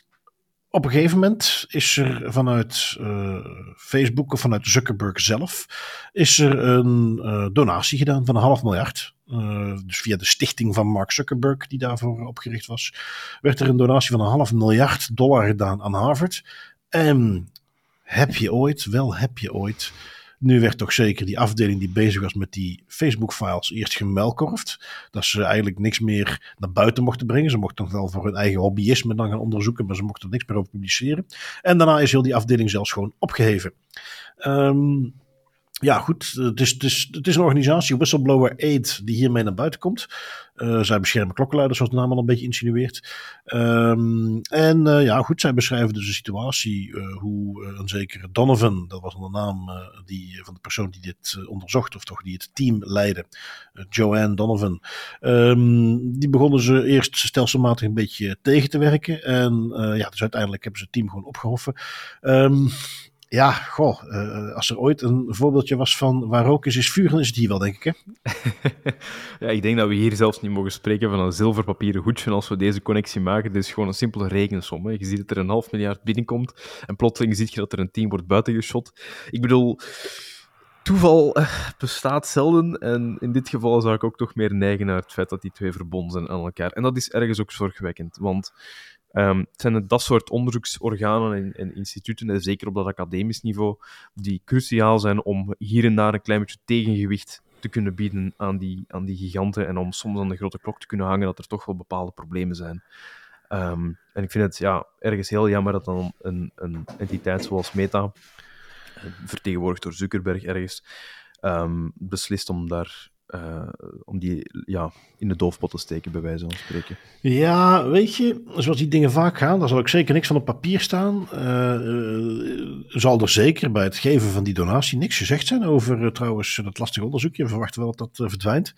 Op een gegeven moment is er vanuit Facebook of vanuit Zuckerberg zelf is er een donatie gedaan van $500 miljoen. Dus via de stichting van Mark Zuckerberg die daarvoor opgericht was, werd er een donatie van $500 miljoen gedaan aan Harvard. En heb je ooit, nu werd toch zeker die afdeling die bezig was met die Facebook-files eerst gemuilkorfd. Dat ze eigenlijk niks meer naar buiten mochten brengen. Ze mochten nog wel voor hun eigen hobbyisme dan gaan onderzoeken, maar ze mochten er niks meer over publiceren. En daarna is heel die afdeling zelfs gewoon opgeheven. Ja, goed. Het is een organisatie, Whistleblower Aid, die hiermee naar buiten komt. Zij beschermen klokkenluiders, zoals de naam al een beetje insinueert. Ja, goed. Zij beschrijven dus de situatie hoe een zekere Donovan, dat was de naam van de persoon die dit onderzocht, of toch die het team leidde, Joanne Donovan. Die begonnen ze eerst stelselmatig een beetje tegen te werken. En dus uiteindelijk hebben ze het team gewoon opgehoffen. Ja, als er ooit een voorbeeldje was van waar rook is vuur, dan is het hier wel, denk ik, hè? Ja, ik denk dat we hier zelfs niet mogen spreken van een zilverpapieren goedje als we deze connectie maken. Dit is gewoon een simpele rekensom. Hè. Je ziet dat er $500 miljoen binnenkomt en plotseling zie je dat er een team wordt buitengeschot. Ik bedoel, toeval bestaat zelden en in dit geval zou ik ook toch meer neigen naar het feit dat die twee verbonden zijn aan elkaar. En dat is ergens ook zorgwekkend, want het zijn dat soort onderzoeksorganen en instituten, en zeker op dat academisch niveau, die cruciaal zijn om hier en daar een klein beetje tegengewicht te kunnen bieden aan die giganten en om soms aan de grote klok te kunnen hangen dat er toch wel bepaalde problemen zijn. En ik vind het ergens heel jammer dat dan een entiteit zoals Meta, vertegenwoordigd door Zuckerberg ergens, beslist om daar om die in de doofpot te steken, bij wijze van spreken. Ja, weet je, zoals die dingen vaak gaan, daar zal ook zeker niks van op papier staan. Zal er zeker bij het geven van die donatie niks gezegd zijn over trouwens dat lastige onderzoekje. We verwachten wel dat dat verdwijnt.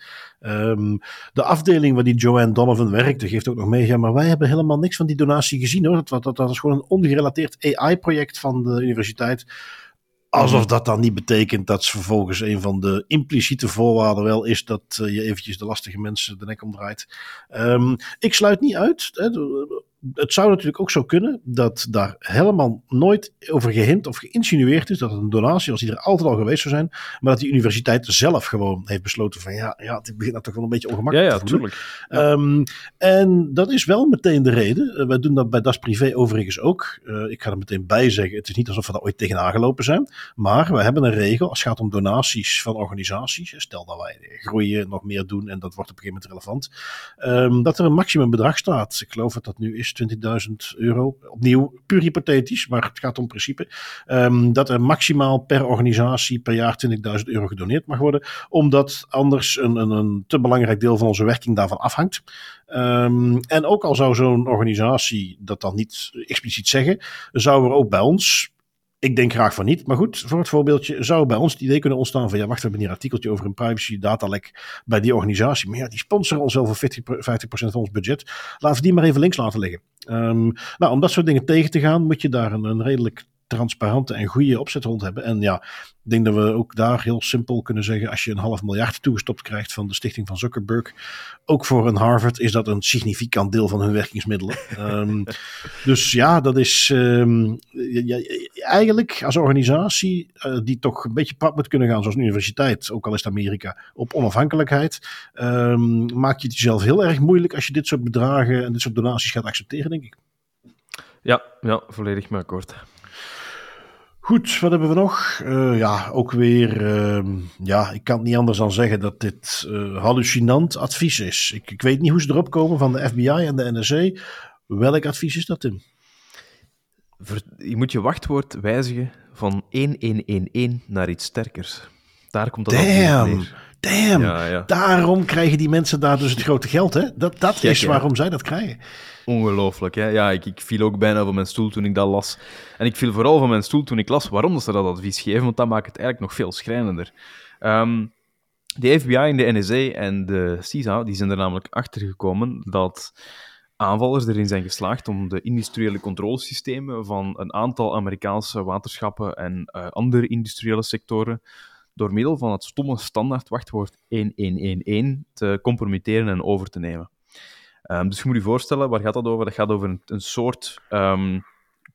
De afdeling waar die Joanne Donovan werkte, geeft ook nog mee, ja, maar wij hebben helemaal niks van die donatie gezien, hoor. Dat is gewoon een ongerelateerd AI-project van de universiteit. Alsof dat dan niet betekent dat vervolgens een van de impliciete voorwaarden wel is dat je eventjes de lastige mensen de nek omdraait. Ik sluit niet uit. Het zou natuurlijk ook zo kunnen dat daar helemaal nooit over gehint of geïnsinueerd is dat het een donatie was die er altijd al geweest zou zijn, maar dat die universiteit zelf gewoon heeft besloten van ja, het begint nou toch wel een beetje ongemakkelijk te voelen. Tuurlijk. En dat is wel meteen de reden. Wij doen dat bij Das Privé overigens ook. Ik ga er meteen bij zeggen, het is niet alsof we daar ooit tegenaan gelopen zijn, maar we hebben een regel als het gaat om donaties van organisaties. Stel dat wij groeien, nog meer doen en dat wordt op een gegeven moment relevant. Dat er een maximumbedrag staat. Ik geloof dat dat nu is €20.000. Opnieuw, puur hypothetisch, maar het gaat om principe. Dat er maximaal per organisatie per jaar €20.000 gedoneerd mag worden, omdat anders een te belangrijk deel van onze werking daarvan afhangt. En ook al zou zo'n organisatie dat dan niet expliciet zeggen, zou er ook bij ons, ik denk graag van niet, maar goed, voor het voorbeeldje zou bij ons het idee kunnen ontstaan van ja, wacht, we hebben hier een artikeltje over een privacy datalek bij die organisatie, maar ja, die sponsoren ons wel voor 50% van ons budget. Laten we die maar even links laten liggen. Om dat soort dingen tegen te gaan, moet je daar een redelijk transparante en goede opzet rond hebben. En ja, ik denk dat we ook daar heel simpel kunnen zeggen, als je een $500 miljoen toegestopt krijgt van de stichting van Zuckerberg, ook voor een Harvard is dat een significant deel van hun werkingsmiddelen. Dus ja, dat is eigenlijk als organisatie die toch een beetje pad moet kunnen gaan, zoals een universiteit, ook al is het Amerika, op onafhankelijkheid, maak je het jezelf heel erg moeilijk als je dit soort bedragen en dit soort donaties gaat accepteren, denk ik. Ja, volledig mee akkoord. Goed, wat hebben we nog? Ook weer, ik kan het niet anders dan zeggen dat dit hallucinant advies is. Ik weet niet hoe ze erop komen van de FBI en de NSA. Welk advies is dat, Tim? Je moet je wachtwoord wijzigen van 1111 naar iets sterkers. Daar komt dat Damn, ja. Daarom krijgen die mensen daar dus het grote geld, hè? Dat is waarom zij dat krijgen. Ongelooflijk, hè? Ja, ik viel ook bijna van mijn stoel toen ik dat las. En ik viel vooral van mijn stoel toen ik las waarom ze dat advies geven, want dat maakt het eigenlijk nog veel schrijnender. De FBI en de NSA en de CISA, die zijn er namelijk achter gekomen dat aanvallers erin zijn geslaagd om de industriële controlesystemen van een aantal Amerikaanse waterschappen en andere industriële sectoren door middel van het stomme standaard wachtwoord 1111 te compromitteren en over te nemen. Dus je moet je voorstellen, waar gaat dat over? Dat gaat over een soort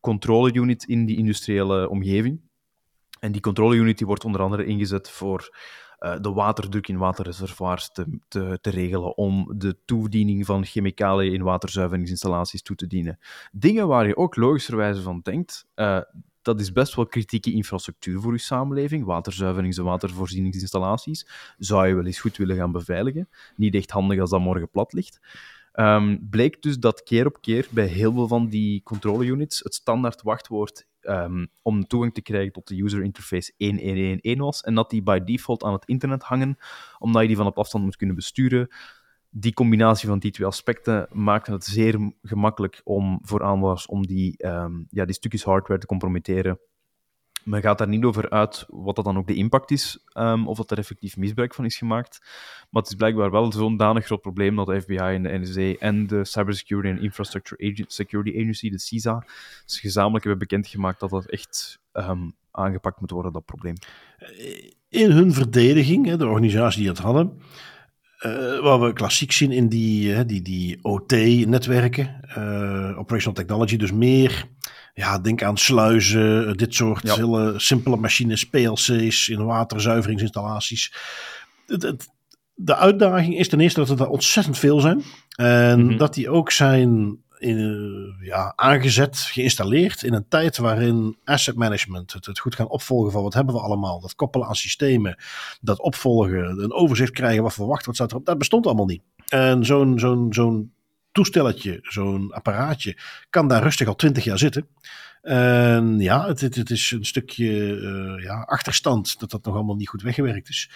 controle-unit in die industriële omgeving. En die controle-unit die wordt onder andere ingezet voor de waterdruk in waterreservoirs te regelen, om de toediening van chemicaliën in waterzuiveringsinstallaties toe te dienen. Dingen waar je ook logischerwijze van denkt, dat is best wel kritieke infrastructuur voor je samenleving, waterzuiverings- en watervoorzieningsinstallaties, zou je wel eens goed willen gaan beveiligen. Niet echt handig als dat morgen plat ligt. Bleek dus dat keer op keer bij heel veel van die controle-units het standaard wachtwoord om toegang te krijgen tot de user interface 1111 was, en dat die by default aan het internet hangen, omdat je die van op afstand moet kunnen besturen. Die combinatie van die twee aspecten maakt het zeer gemakkelijk voor aanvallers om die stukjes hardware te compromitteren. Men gaat daar niet over uit wat dat dan ook de impact is, of dat er effectief misbruik van is gemaakt. Maar het is blijkbaar wel zo'n danig groot probleem dat de FBI en de NSA en de Cybersecurity and Infrastructure Security Agency, de CISA, gezamenlijk hebben bekendgemaakt dat dat echt aangepakt moet worden, dat probleem. In hun verdediging, de organisatie die het hadden, wat we klassiek zien in die OT-netwerken, Operational Technology, dus meer, denk aan sluizen, dit soort hele simpele machines, PLC's in waterzuiveringsinstallaties. De uitdaging is ten eerste dat er ontzettend veel zijn en dat die ook zijn aangezet, geïnstalleerd in een tijd waarin asset management, het goed gaan opvolgen van wat hebben we allemaal, dat koppelen aan systemen, dat opvolgen, een overzicht krijgen wat verwacht wordt, staat erop, dat bestond allemaal niet. En zo'n toestelletje, zo'n apparaatje kan daar rustig al 20 jaar zitten. En het is een stukje achterstand dat nog allemaal niet goed weggewerkt is.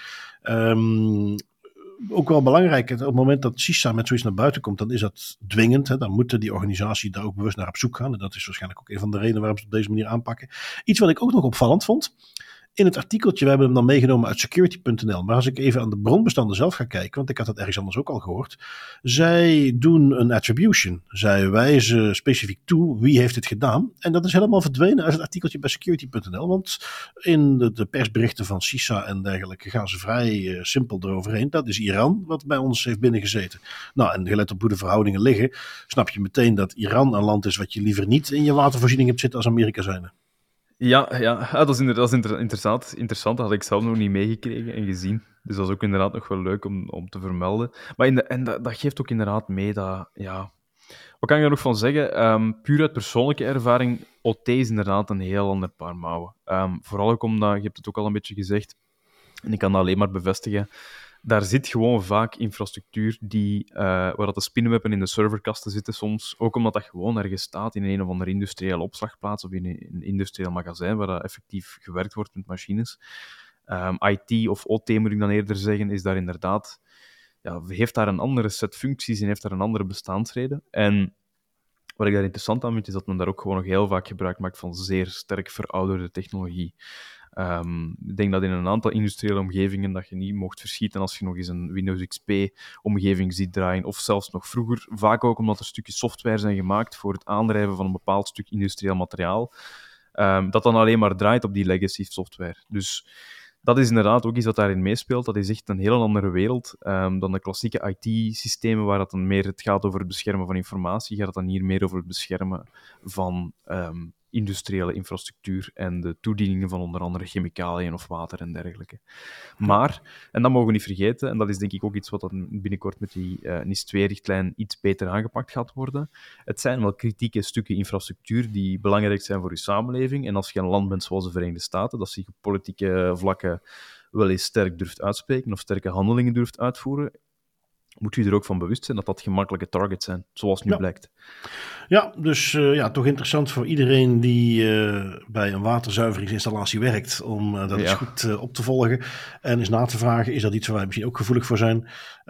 Ook wel belangrijk, op het moment dat CISA met zoiets naar buiten komt, dan is dat dwingend. Hè? Dan moeten die organisatie daar ook bewust naar op zoek gaan. En dat is waarschijnlijk ook een van de redenen waarom ze het op deze manier aanpakken. Iets wat ik ook nog opvallend vond. In het artikeltje, we hebben hem dan meegenomen uit security.nl. Maar als ik even aan de bronbestanden zelf ga kijken, want ik had het ergens anders ook al gehoord. Zij doen een attribution. Zij wijzen specifiek toe wie heeft dit gedaan. En dat is helemaal verdwenen uit het artikeltje bij security.nl. Want in de persberichten van CISA en dergelijke gaan ze vrij simpel eroverheen. Dat is Iran wat bij ons heeft binnengezeten. Nou, en gelet op hoe de verhoudingen liggen, snap je meteen dat Iran een land is wat je liever niet in je watervoorziening hebt zitten als Amerika zijnde. Ja, dat is interessant. Interessant, dat had ik zelf nog niet meegekregen en gezien. Dus dat is ook inderdaad nog wel leuk om te vermelden. Maar dat geeft ook inderdaad mee dat... Ja, wat kan ik er nog van zeggen? Puur uit persoonlijke ervaring, OT is inderdaad een heel ander paar mouwen. Vooral ook omdat, je hebt het ook al een beetje gezegd, en ik kan dat alleen maar bevestigen, daar zit gewoon vaak infrastructuur waar dat de spinnenweppen in de serverkasten zitten soms. Ook omdat dat gewoon ergens staat in een of andere industriële opslagplaats of in een industrieel magazijn waar dat effectief gewerkt wordt met machines. IT of OT moet ik dan eerder zeggen, is daar inderdaad... heeft daar een andere set functies en heeft daar een andere bestaansreden. En wat ik daar interessant aan vind, is dat men daar ook gewoon nog heel vaak gebruik maakt van zeer sterk verouderde technologie. Ik denk dat in een aantal industriële omgevingen dat je niet mocht verschieten als je nog eens een Windows XP-omgeving ziet draaien, of zelfs nog vroeger, vaak ook omdat er stukjes software zijn gemaakt voor het aandrijven van een bepaald stuk industrieel materiaal, dat dan alleen maar draait op die legacy software. Dus dat is inderdaad ook iets wat daarin meespeelt. Dat is echt een heel andere wereld dan de klassieke IT-systemen, waar het dan meer het gaat over het beschermen van informatie, gaat het dan hier meer over het beschermen van industriële infrastructuur en de toedieningen van onder andere chemicaliën of water en dergelijke. Maar, en dat mogen we niet vergeten, en dat is denk ik ook iets wat dan binnenkort met die NIS-2-richtlijn iets beter aangepakt gaat worden, het zijn wel kritieke stukken infrastructuur die belangrijk zijn voor je samenleving. En als je een land bent zoals de Verenigde Staten, dat zich op politieke vlakken wel eens sterk durft uitspreken of sterke handelingen durft uitvoeren, moet je er ook van bewust zijn dat dat gemakkelijke targets zijn, zoals nu blijkt. Ja, dus toch interessant voor iedereen die bij een waterzuiveringsinstallatie werkt, om dat eens goed op te volgen en eens na te vragen, is dat iets waar wij misschien ook gevoelig voor zijn?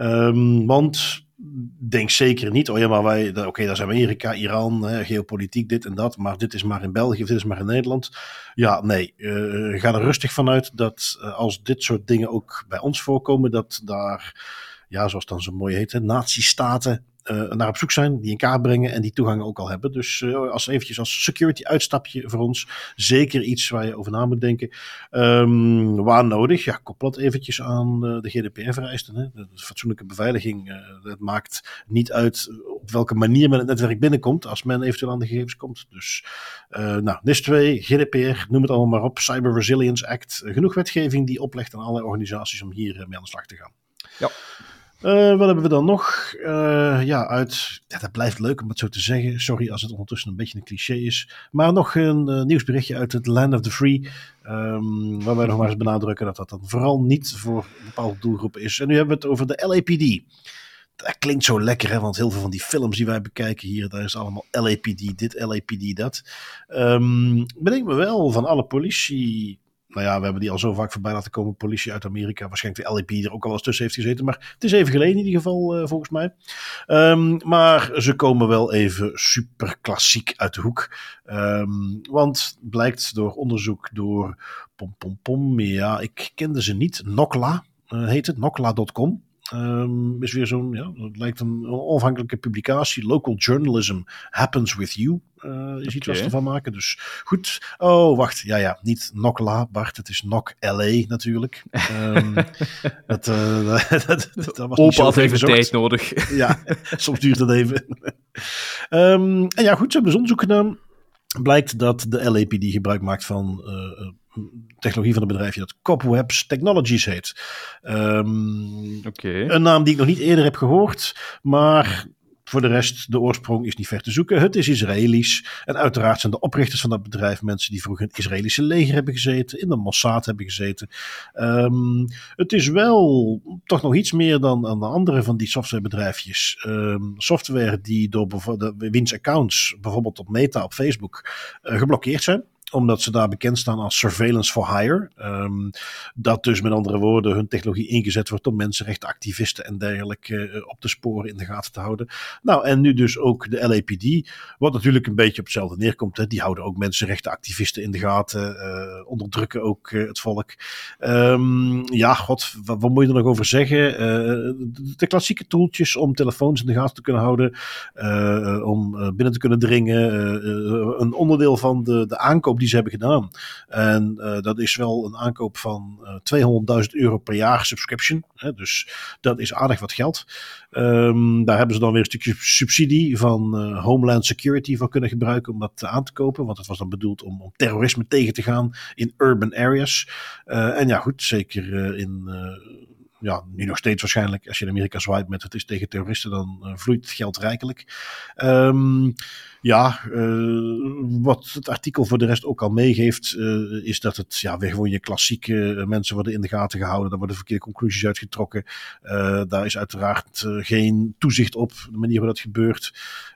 Want denk zeker niet, maar dat is Amerika, Iran, geopolitiek, dit en dat, maar dit is maar in België of dit is maar in Nederland. Ja, nee, ga er rustig vanuit dat als dit soort dingen ook bij ons voorkomen, dat daar... zoals het dan zo mooi heet, natiestaten naar op zoek zijn, die in kaart brengen en die toegang ook al hebben. Dus als security uitstapje voor ons, zeker iets waar je over na moet denken. Waar nodig, ja, koppel dat eventjes aan de GDPR-vereisten. De fatsoenlijke beveiliging, het maakt niet uit op welke manier men het netwerk binnenkomt als men eventueel aan de gegevens komt. Dus NIS2, GDPR, noem het allemaal maar op, Cyber Resilience Act, genoeg wetgeving die oplegt aan allerlei organisaties om hier mee aan de slag te gaan. Ja. Wat hebben we dan nog? Dat blijft leuk om het zo te zeggen. Sorry als het ondertussen een beetje een cliché is. Maar nog een nieuwsberichtje uit het Land of the Free. Waar wij nog maar eens benadrukken dat dan vooral niet voor bepaalde doelgroepen is. En nu hebben we het over de LAPD. Dat klinkt zo lekker, hè? Want heel veel van die films die wij bekijken hier, daar is allemaal LAPD dit, LAPD dat. Bedenk me wel, van alle politie... Nou ja, we hebben die al zo vaak voorbij laten komen. Politie uit Amerika. Waarschijnlijk de LAPD er ook al eens tussen heeft gezeten. Maar het is even geleden in ieder geval, volgens mij. Maar ze komen wel even super klassiek uit de hoek. Want blijkt door onderzoek door ja, ik kende ze niet. Nokla heet het. Nokla.com. Is weer zo'n, het lijkt een onafhankelijke publicatie. Local journalism happens with you. Is iets wat ze ervan maken. Dus goed. Oh, wacht. Ja, niet Nokla, Bart. Het is Nok LA natuurlijk. Dat was niet zo had even gezocht. tijd nodig. Ja, soms duurt het even. En ja, goed. Ze hebben dus onderzoek gedaan. Blijkt dat de LAPD gebruik maakt van technologie van een bedrijfje dat Cobwebs Technologies heet. Een naam die ik nog niet eerder heb gehoord, maar voor de rest, de oorsprong is niet ver te zoeken. Het is Israëlisch en uiteraard zijn de oprichters van dat bedrijf mensen die vroeger in het Israëlische leger hebben gezeten, in de Mossad hebben gezeten. Het is wel toch nog iets meer dan aan de andere van die softwarebedrijfjes. Software die door wiens accounts, bijvoorbeeld op Meta op Facebook, geblokkeerd zijn. Omdat ze daar bekend staan als surveillance for hire. Dat dus met andere woorden hun technologie ingezet wordt om mensenrechtenactivisten en dergelijke op te sporen, in de gaten te houden. Nou, en nu dus ook de LAPD, wat natuurlijk een beetje op hetzelfde neerkomt. Hè. Die houden ook mensenrechtenactivisten in de gaten, onderdrukken ook het volk. Wat moet je er nog over zeggen? De klassieke tooltjes om telefoons in de gaten te kunnen houden, om binnen te kunnen dringen. Een onderdeel van de aankoop die ze hebben gedaan. En dat is wel een aankoop van €200.000 per jaar subscription. Hè, dus dat is aardig wat geld. Daar hebben ze dan weer een stukje subsidie van Homeland Security voor kunnen gebruiken om dat aan te kopen. Want het was dan bedoeld om terrorisme tegen te gaan in urban areas. En ja goed, zeker nu nog steeds waarschijnlijk, als je in Amerika zwaait met het is tegen terroristen, dan vloeit het geld rijkelijk. Wat het artikel voor de rest ook al meegeeft, is dat het weer gewoon je klassieke mensen worden in de gaten gehouden. Daar worden verkeerde conclusies uitgetrokken. Daar is uiteraard geen toezicht op de manier waarop dat gebeurt.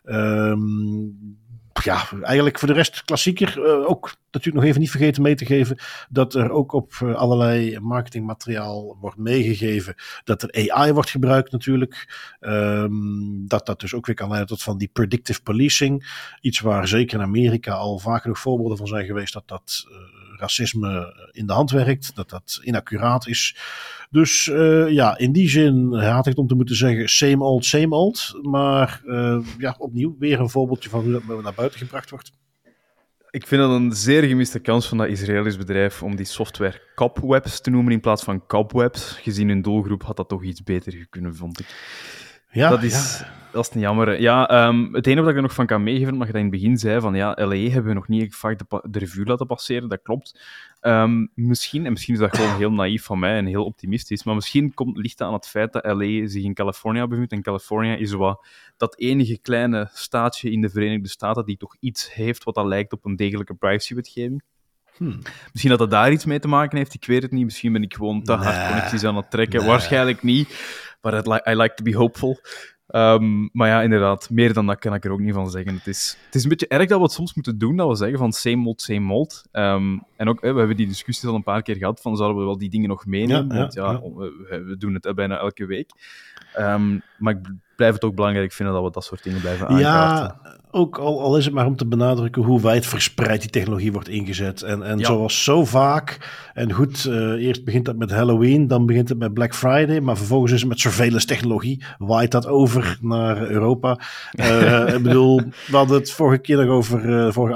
Eigenlijk voor de rest klassieker. Ook natuurlijk nog even niet vergeten mee te geven dat er ook op allerlei marketingmateriaal wordt meegegeven dat er AI wordt gebruikt natuurlijk. Dat dus ook weer kan leiden tot van die predictive policing. Iets waar zeker in Amerika al vaak genoeg voorbeelden van zijn geweest dat racisme in de hand werkt, dat inaccuraat is. Dus in die zin haat ik het om te moeten zeggen same old. Maar opnieuw weer een voorbeeldje van hoe dat naar buiten gebracht wordt. Ik vind dat een zeer gemiste kans van dat Israëlisch bedrijf om die software Cobwebs te noemen in plaats van Cobwebs. Gezien hun doelgroep had dat toch iets beter kunnen, vond ik. Ja, dat is een jammer. Ja, het enige wat ik er nog van kan meegeven, omdat je dat in het begin zei, van LA hebben we nog niet vaak de revue laten passeren, dat klopt. Misschien is dat gewoon heel naïef van mij en heel optimistisch, maar misschien ligt dat aan het feit dat LA zich in Californië bevindt. En Californië is dat enige kleine staatje in de Verenigde Staten die toch iets heeft wat dat lijkt op een degelijke privacywetgeving. Misschien dat daar iets mee te maken heeft, ik weet het niet. Misschien ben ik gewoon te hard connecties aan het trekken. Waarschijnlijk niet, but I like to be hopeful. Maar ja, inderdaad, meer dan dat kan ik er ook niet van zeggen. Het is een beetje erg dat we het soms moeten doen, dat we zeggen van same old. En ook, we hebben die discussies al een paar keer gehad, van zouden we wel die dingen nog meenemen? We doen het bijna elke week. Maar blijf het ook belangrijk vinden dat we dat soort dingen blijven aankaarten. Ja, ook al is het maar om te benadrukken hoe wijdverspreid die technologie wordt ingezet. En zoals zo vaak, en goed, eerst begint dat met Halloween, dan begint het met Black Friday, maar vervolgens is het met surveillance technologie, waait dat over naar Europa. Ik bedoel, we hadden het vorige keer nog over, een van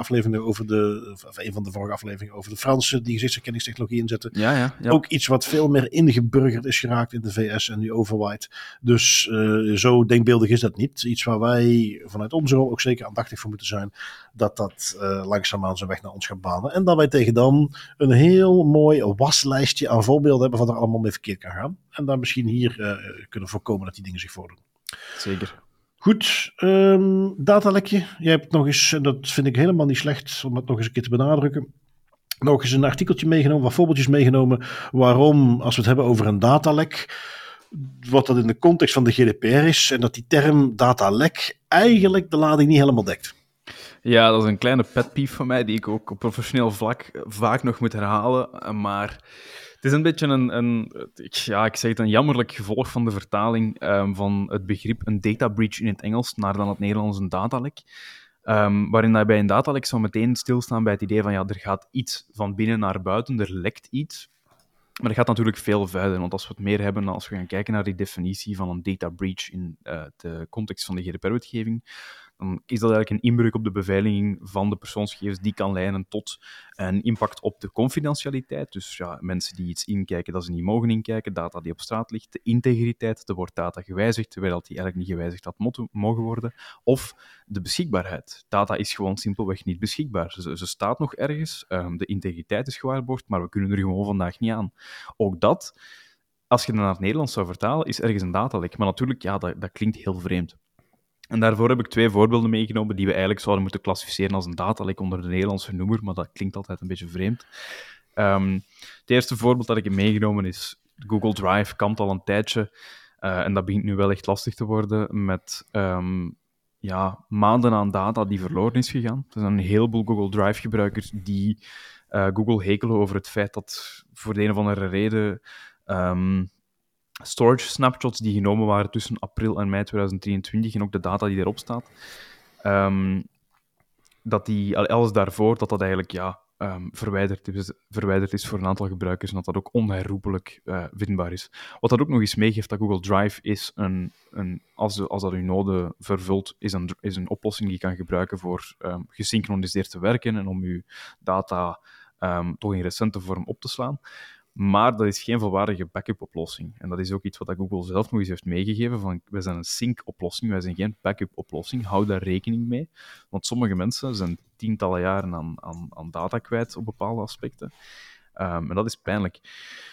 de vorige afleveringen over de Fransen die gezichtsherkenningstechnologie inzetten. Ja. Ook iets wat veel meer ingeburgerd is geraakt in de VS en nu overwaait. Dus zo denkbeeldig is dat niet. Iets waar wij vanuit onze rol ook zeker aandachtig voor moeten zijn, dat langzaamaan zijn weg naar ons gaat banen. En dat wij tegen dan een heel mooi waslijstje aan voorbeelden hebben wat er allemaal mee verkeerd kan gaan. En dan misschien hier kunnen voorkomen dat die dingen zich voordoen. Zeker. Goed, datalekje. Jij hebt nog eens, en dat vind ik helemaal niet slecht om het nog eens een keer te benadrukken, nog eens een artikeltje meegenomen, wat voorbeeldjes meegenomen waarom, als we het hebben over een datalek, wat dat in de context van de GDPR is en dat die term datalek eigenlijk de lading niet helemaal dekt. Ja, dat is een kleine pet peeve van mij die ik ook op professioneel vlak vaak nog moet herhalen, maar het is een beetje een jammerlijk gevolg van de vertaling van het begrip een data breach in het Engels naar dan het Nederlands een datalek. Waarin dat bij een datalek zou meteen stilstaan bij het idee van er gaat iets van binnen naar buiten, er lekt iets. Maar dat gaat natuurlijk veel verder, want als we het meer hebben, als we gaan kijken naar die definitie van een data breach in de context van de GDPR-wetgeving, dan is dat eigenlijk een inbreuk op de beveiliging van de persoonsgegevens die kan leiden tot een impact op de confidentialiteit. Dus ja, mensen die iets inkijken dat ze niet mogen inkijken, data die op straat ligt, de integriteit, er wordt data gewijzigd, terwijl die eigenlijk niet gewijzigd had mogen worden, of de beschikbaarheid. Data is gewoon simpelweg niet beschikbaar. Ze staat nog ergens, de integriteit is gewaarborgd, maar we kunnen er gewoon vandaag niet aan. Ook dat, als je dat naar het Nederlands zou vertalen, is ergens een datalek. Maar natuurlijk, ja, dat klinkt heel vreemd. En daarvoor heb ik 2 voorbeelden meegenomen die we eigenlijk zouden moeten klassificeren als een datalek onder de Nederlandse noemer, maar dat klinkt altijd een beetje vreemd. Het eerste voorbeeld dat ik heb meegenomen is Google Drive, kampt al een tijdje, en dat begint nu wel echt lastig te worden met maanden aan data die verloren is gegaan. Er zijn een heleboel Google Drive-gebruikers die Google hekelen over het feit dat voor de een of andere reden storage snapshots die genomen waren tussen april en mei 2023 en ook de data die erop staat, dat die alles daarvoor, dat eigenlijk verwijderd is voor een aantal gebruikers en dat dat ook onherroepelijk vindbaar is. Wat dat ook nog eens meegeeft dat Google Drive is als dat uw node vervult, is een oplossing die je kan gebruiken voor gesynchroniseerd te werken en om uw data toch in recente vorm op te slaan. Maar dat is geen volwaardige backup-oplossing. En dat is ook iets wat Google zelf nog eens heeft meegegeven, van wij zijn een sync-oplossing, wij zijn geen backup-oplossing. Hou daar rekening mee. Want sommige mensen zijn tientallen jaren aan data kwijt op bepaalde aspecten. En dat is pijnlijk.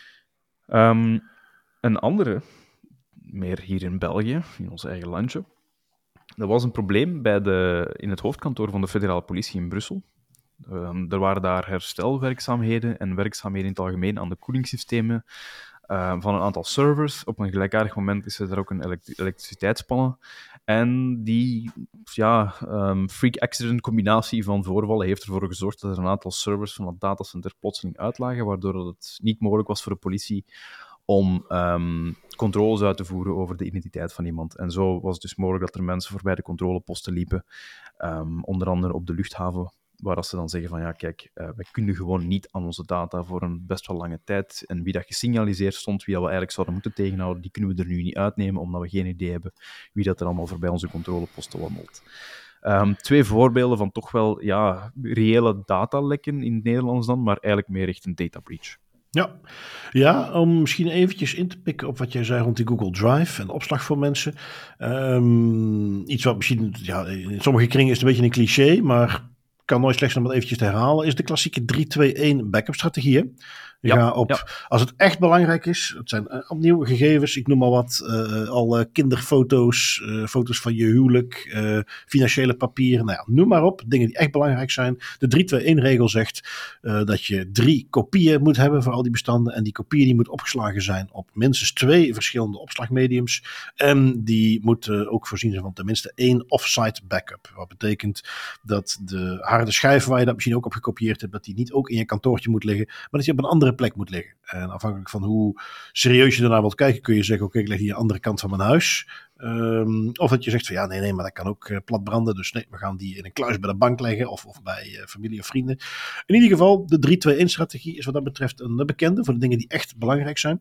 Een andere, meer hier in België, in ons eigen landje, dat was een probleem in het hoofdkantoor van de federale politie in Brussel. Er waren daar herstelwerkzaamheden en werkzaamheden in het algemeen aan de koelingssystemen van een aantal servers. Op een gelijkaardig moment is er ook een elektriciteitsspannen. En die freak accident combinatie van voorvallen heeft ervoor gezorgd dat er een aantal servers van het datacenter plotseling uitlagen, waardoor het niet mogelijk was voor de politie om controles uit te voeren over de identiteit van iemand. En zo was het dus mogelijk dat er mensen voorbij de controleposten liepen, onder andere op de luchthaven, waar ze dan zeggen van ja, kijk, wij kunnen gewoon niet aan onze data voor een best wel lange tijd. En wie dat gesignaliseerd stond, wie dat we eigenlijk zouden moeten tegenhouden, die kunnen we er nu niet uitnemen, omdat we geen idee hebben wie dat er allemaal voorbij onze controleposten wandelt. 2 voorbeelden van toch wel reële datalekken in het Nederlands dan, maar eigenlijk meer echt een data breach. Ja, om misschien eventjes in te pikken op wat jij zei rond die Google Drive en opslag voor mensen. Iets wat misschien, in sommige kringen is het een beetje een cliché, maar kan nooit slecht zijn om het eventjes te herhalen, is de klassieke 3-2-1 backup-strategie. Als het echt belangrijk is, het zijn opnieuw gegevens, ik noem maar wat, alle kinderfoto's, foto's van je huwelijk, financiële papieren, noem maar op, dingen die echt belangrijk zijn. De 3-2-1-regel zegt dat je 3 kopieën moet hebben voor al die bestanden en die kopieën die moeten opgeslagen zijn op minstens 2 verschillende opslagmediums en die moeten ook voorzien zijn van tenminste 1 offsite backup. Wat betekent dat de harde schijf waar je dat misschien ook op gekopieerd hebt, dat die niet ook in je kantoortje moet liggen, maar dat je op een andere andere plek moet liggen. En afhankelijk van hoe serieus je ernaar wilt kijken, kun je zeggen, oké, ik leg die aan de andere kant van mijn huis. Of dat je zegt van ja, nee, maar dat kan ook plat branden. Dus nee, we gaan die in een kluis bij de bank leggen of bij familie of vrienden. In ieder geval, de 3-2-1-strategie is wat dat betreft een bekende voor de dingen die echt belangrijk zijn.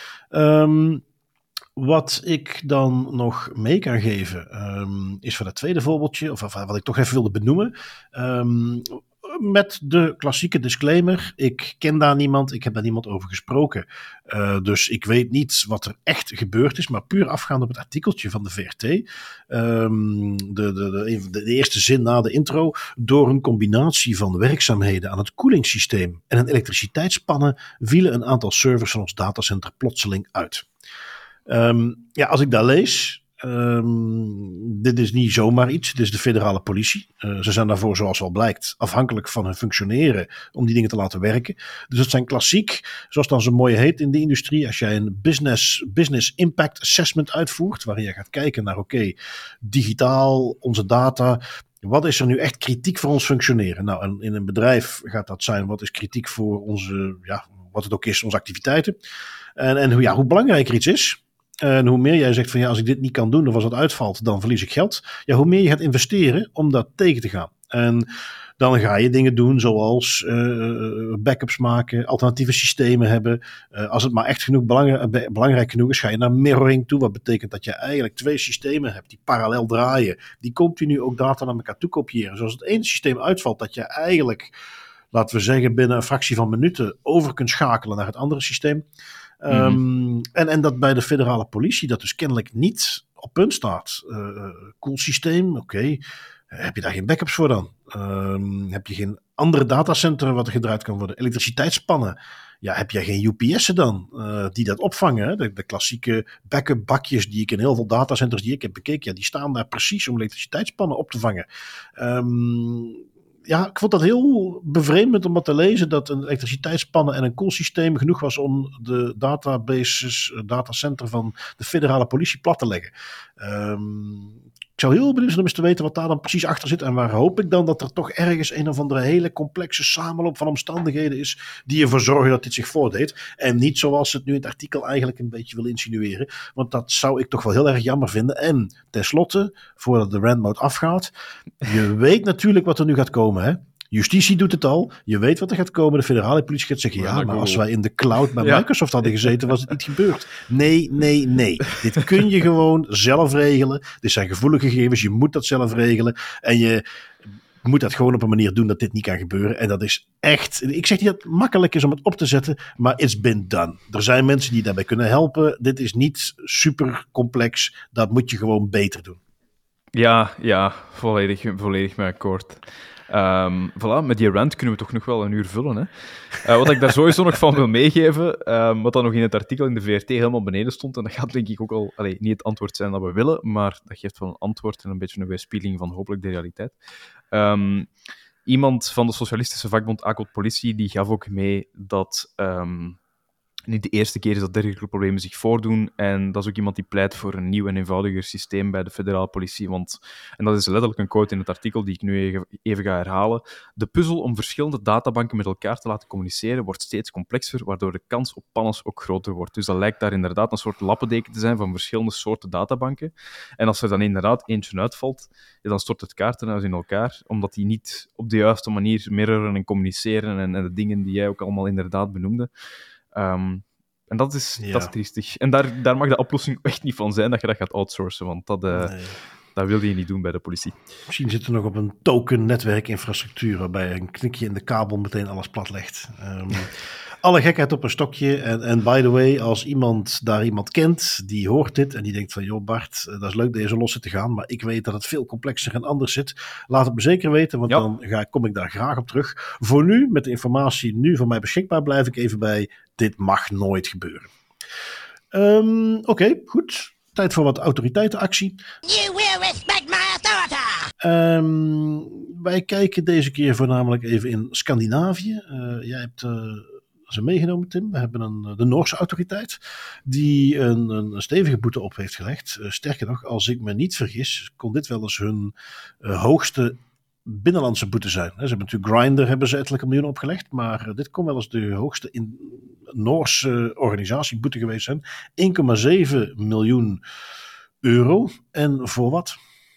Wat ik dan nog mee kan geven, is voor dat tweede voorbeeldje, of wat ik toch even wilde benoemen. Met de klassieke disclaimer, ik ken daar niemand, ik heb daar niemand over gesproken. Dus ik weet niet wat er echt gebeurd is, maar puur afgaand op het artikeltje van de VRT. De eerste zin na de intro. Door een combinatie van werkzaamheden aan het koelingssysteem en een elektriciteitspannen vielen een aantal servers van ons datacenter plotseling uit. Als ik daar lees, dit is niet zomaar iets, dit is de federale politie. Ze zijn daarvoor, zoals al blijkt, afhankelijk van hun functioneren om die dingen te laten werken. Dus het zijn klassiek, zoals dan zo mooi heet in de industrie, als jij een business impact assessment uitvoert, waarin je gaat kijken naar digitaal, onze data. Wat is er nu echt kritiek voor ons functioneren? Nou, en in een bedrijf gaat dat zijn, wat is kritiek voor onze, wat het ook is, onze activiteiten. En hoe belangrijker iets is. En hoe meer jij zegt van als ik dit niet kan doen of als het uitvalt, dan verlies ik geld. Ja, hoe meer je gaat investeren om dat tegen te gaan. En dan ga je dingen doen zoals backups maken, alternatieve systemen hebben. Als het maar echt belangrijk genoeg is, ga je naar mirroring toe. Wat betekent dat je eigenlijk 2 systemen hebt die parallel draaien. Die continu ook data naar elkaar toe kopiëren. Dus als het ene systeem uitvalt, dat je eigenlijk, laten we zeggen, binnen een fractie van minuten over kunt schakelen naar het andere systeem. En dat bij de federale politie dat dus kennelijk niet op punt staat. Cool systeem, oké. Heb je daar geen backups voor dan? Heb je geen andere datacenter wat er gedraaid kan worden? Elektriciteitspannen. Ja, heb jij geen UPS'en dan die dat opvangen? Hè? De klassieke backup bakjes die ik in heel veel datacenters die ik heb bekeken, die staan daar precies om elektriciteitspannen op te vangen. Ik vond dat heel bevreemdend om wat te lezen, dat een elektriciteitspannen en een koelsysteem genoeg was om de datacenter van de federale politie plat te leggen. Ik zou heel benieuwd zijn om eens te weten wat daar dan precies achter zit. En waar hoop ik dan dat er toch ergens een of andere hele complexe samenloop van omstandigheden is die ervoor zorgen dat dit zich voordeed. En niet zoals het nu in het artikel eigenlijk een beetje wil insinueren. Want dat zou ik toch wel heel erg jammer vinden. En tenslotte, voordat de rand mode afgaat, je weet natuurlijk wat er nu gaat komen, hè? Justitie doet het al. Je weet wat er gaat komen. De federale politie gaat zeggen, maar als wij in de cloud bij Microsoft hadden gezeten, was het niet gebeurd. Nee. Dit kun je gewoon zelf regelen. Dit zijn gevoelige gegevens. Je moet dat zelf regelen. En je moet dat gewoon op een manier doen dat dit niet kan gebeuren. En dat is echt, ik zeg niet dat het makkelijk is om het op te zetten, maar it's been done. Er zijn mensen die daarbij kunnen helpen. Dit is niet super complex. Dat moet je gewoon beter doen. Ja, volledig mee akkoord. Met die rant kunnen we toch nog wel een uur vullen. Hè? Wat ik daar sowieso nog van wil meegeven, wat dan nog in het artikel in de VRT helemaal beneden stond, en dat gaat denk ik ook al niet het antwoord zijn dat we willen, maar dat geeft wel een antwoord en een beetje een weerspiegeling van hopelijk de realiteit. Iemand van de socialistische vakbond ACOT Politie, die gaf ook mee dat niet de eerste keer is dat dergelijke problemen zich voordoen. En dat is ook iemand die pleit voor een nieuw en eenvoudiger systeem bij de federale politie. Want, en dat is letterlijk een quote in het artikel die ik nu even ga herhalen. De puzzel om verschillende databanken met elkaar te laten communiceren wordt steeds complexer, waardoor de kans op pannes ook groter wordt. Dus dat lijkt daar inderdaad een soort lappendeken te zijn van verschillende soorten databanken. En als er dan inderdaad eentje uitvalt, dan stort het kaartenhuis in elkaar, omdat die niet op de juiste manier mirroren en communiceren en de dingen die jij ook allemaal inderdaad benoemde. En dat is triestig. En daar mag de oplossing echt niet van zijn dat je dat gaat outsourcen, want dat wil je niet doen bij de politie. Misschien zit er nog op een token netwerkinfrastructuur waarbij een knikje in de kabel meteen alles platlegt. Alle gekheid op een stokje. En by the way, als iemand kent, die hoort dit en die denkt van, joh Bart, dat is leuk deze los te gaan, maar ik weet dat het veel complexer en anders zit. Laat het me zeker weten, want dan kom ik daar graag op terug. Voor nu, met de informatie nu voor mij beschikbaar, blijf ik even bij, dit mag nooit gebeuren. Oké, goed. Tijd voor wat autoriteitenactie. You will respect my authority! Wij kijken deze keer voornamelijk even in Scandinavië. Jij hebt ze meegenomen, Tim. We hebben de Noorse autoriteit die een stevige boete op heeft gelegd. Sterker nog, als ik me niet vergis, kon dit wel eens hun hoogste binnenlandse boete zijn. Ze hebben natuurlijk Grindr, hebben ze ettelijke miljoenen opgelegd, maar dit kon wel eens de hoogste Noorse organisatieboete geweest zijn. 1,7 miljoen euro. En voor wat?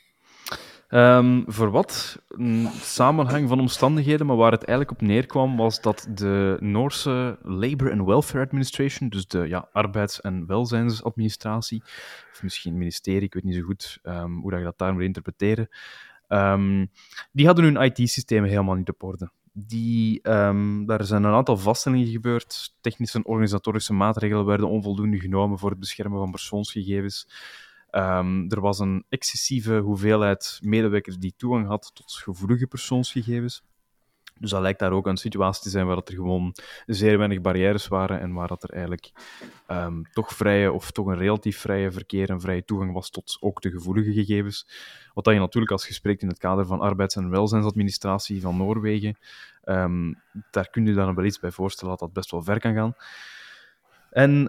Voor wat? Een samenhang van omstandigheden, maar waar het eigenlijk op neerkwam was dat de Noorse Labour and Welfare Administration, dus de arbeids- en welzijnsadministratie, of misschien ministerie, ik weet niet zo goed hoe dat je dat daar moet interpreteren, die hadden hun IT-systemen helemaal niet op orde. Daar zijn een aantal vaststellingen gebeurd, technische en organisatorische maatregelen werden onvoldoende genomen voor het beschermen van persoonsgegevens. Er was een excessieve hoeveelheid medewerkers die toegang had tot gevoelige persoonsgegevens. Dus dat lijkt daar ook een situatie te zijn waar er gewoon zeer weinig barrières waren en waar dat er eigenlijk toch een relatief vrije verkeer en vrije toegang was tot ook de gevoelige gegevens. Wat dat je natuurlijk, als je spreekt in het kader van arbeids- en welzijnsadministratie van Noorwegen, daar kun je dan wel iets bij voorstellen dat dat best wel ver kan gaan. En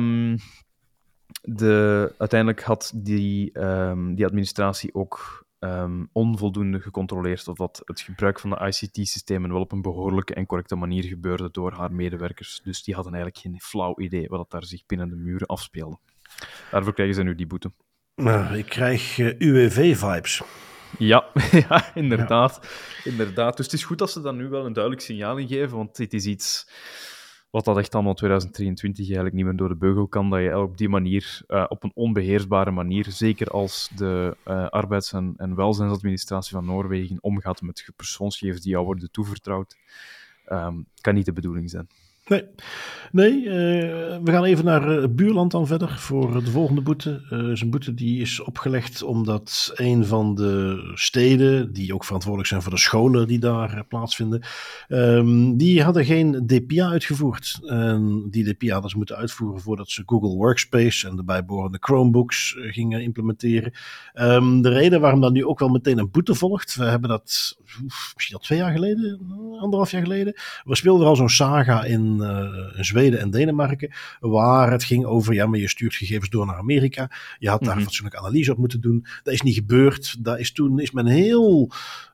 uiteindelijk had die administratie ook onvoldoende gecontroleerd of dat het gebruik van de ICT-systemen wel op een behoorlijke en correcte manier gebeurde door haar medewerkers. Dus die hadden eigenlijk geen flauw idee wat daar zich binnen de muren afspeelde. Daarvoor krijgen ze nu die boete. Nou, ik krijg UWV-vibes. Ja, ja, inderdaad. Inderdaad. Dus het is goed dat ze daar nu wel een duidelijk signaal in geven, want dit is iets wat dat echt allemaal 2023 eigenlijk niet meer door de beugel kan, dat je op die manier, op een onbeheersbare manier, zeker als de arbeids- en welzijnsadministratie van Noorwegen omgaat met persoonsgegevens die jou worden toevertrouwd, kan niet de bedoeling zijn. Nee, we gaan even naar het buurland dan verder voor de volgende boete. Is een boete die is opgelegd omdat een van de steden, die ook verantwoordelijk zijn voor de scholen die daar plaatsvinden, die hadden geen DPA uitgevoerd. Die DPA hadden ze moeten uitvoeren voordat ze Google Workspace en de bijbehorende Chromebooks gingen implementeren. De reden waarom dan nu ook wel meteen een boete volgt, we hebben dat misschien al 2 jaar geleden, 1,5 jaar geleden. We speelden al zo'n saga in Zweden en Denemarken, waar het ging over, maar je stuurt gegevens door naar Amerika. Je had daar fatsoenlijke analyse op moeten doen. Dat is niet gebeurd. Toen is men heel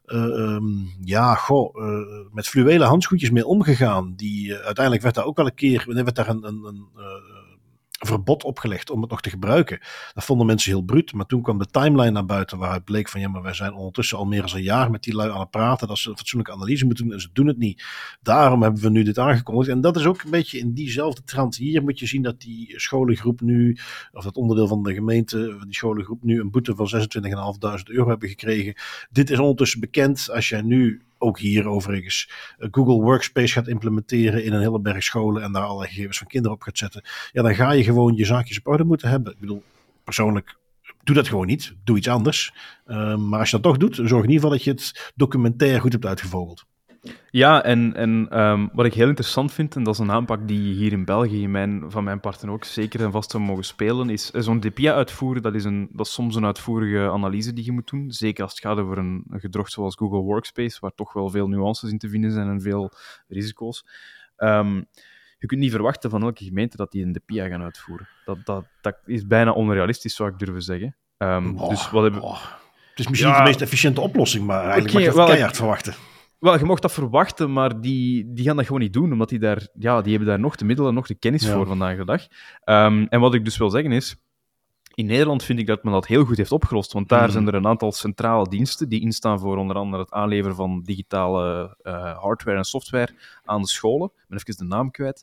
met fluwelen handschoentjes mee omgegaan. Uiteindelijk werd daar ook wel een keer, werd daar een verbod opgelegd om het nog te gebruiken. Dat vonden mensen heel bruut, maar toen kwam de timeline naar buiten waaruit bleek van maar wij zijn ondertussen al meer dan een jaar met die lui aan het praten dat ze een fatsoenlijke analyse moeten doen en ze doen het niet. Daarom hebben we nu dit aangekondigd en dat is ook een beetje in diezelfde trant. Hier moet je zien dat die scholengroep nu, of dat onderdeel van de gemeente, die scholengroep nu een boete van €26.500 hebben gekregen. Dit is ondertussen bekend. Als jij nu ook hier overigens Google Workspace gaat implementeren in een hele berg scholen en daar alle gegevens van kinderen op gaat zetten, dan ga je gewoon je zaakjes op orde moeten hebben. Ik bedoel, persoonlijk, doe dat gewoon niet. Doe iets anders. Maar als je dat toch doet, zorg in ieder geval dat je het documentair goed hebt uitgevogeld. Ja, en wat ik heel interessant vind, en dat is een aanpak die hier in België van mijn parten ook zeker en vast zou mogen spelen, is zo'n DPA uitvoeren, dat is soms een uitvoerige analyse die je moet doen. Zeker als het gaat over een gedrocht zoals Google Workspace, waar toch wel veel nuances in te vinden zijn en veel risico's. Je kunt niet verwachten van elke gemeente dat die een DPA gaan uitvoeren. Dat is bijna onrealistisch, zou ik durven zeggen. Dus wat hebben... Het is misschien niet de meest efficiënte oplossing, maar eigenlijk mag je het keihard verwachten. Wel, je mocht dat verwachten, maar die gaan dat gewoon niet doen, omdat die hebben daar nog de middelen, nog de kennis voor vandaag de dag. En wat ik dus wil zeggen is, in Nederland vind ik dat men dat heel goed heeft opgelost, want daar zijn er een aantal centrale diensten die instaan voor onder andere het aanleveren van digitale hardware en software aan de scholen. Ik ben even de naam kwijt.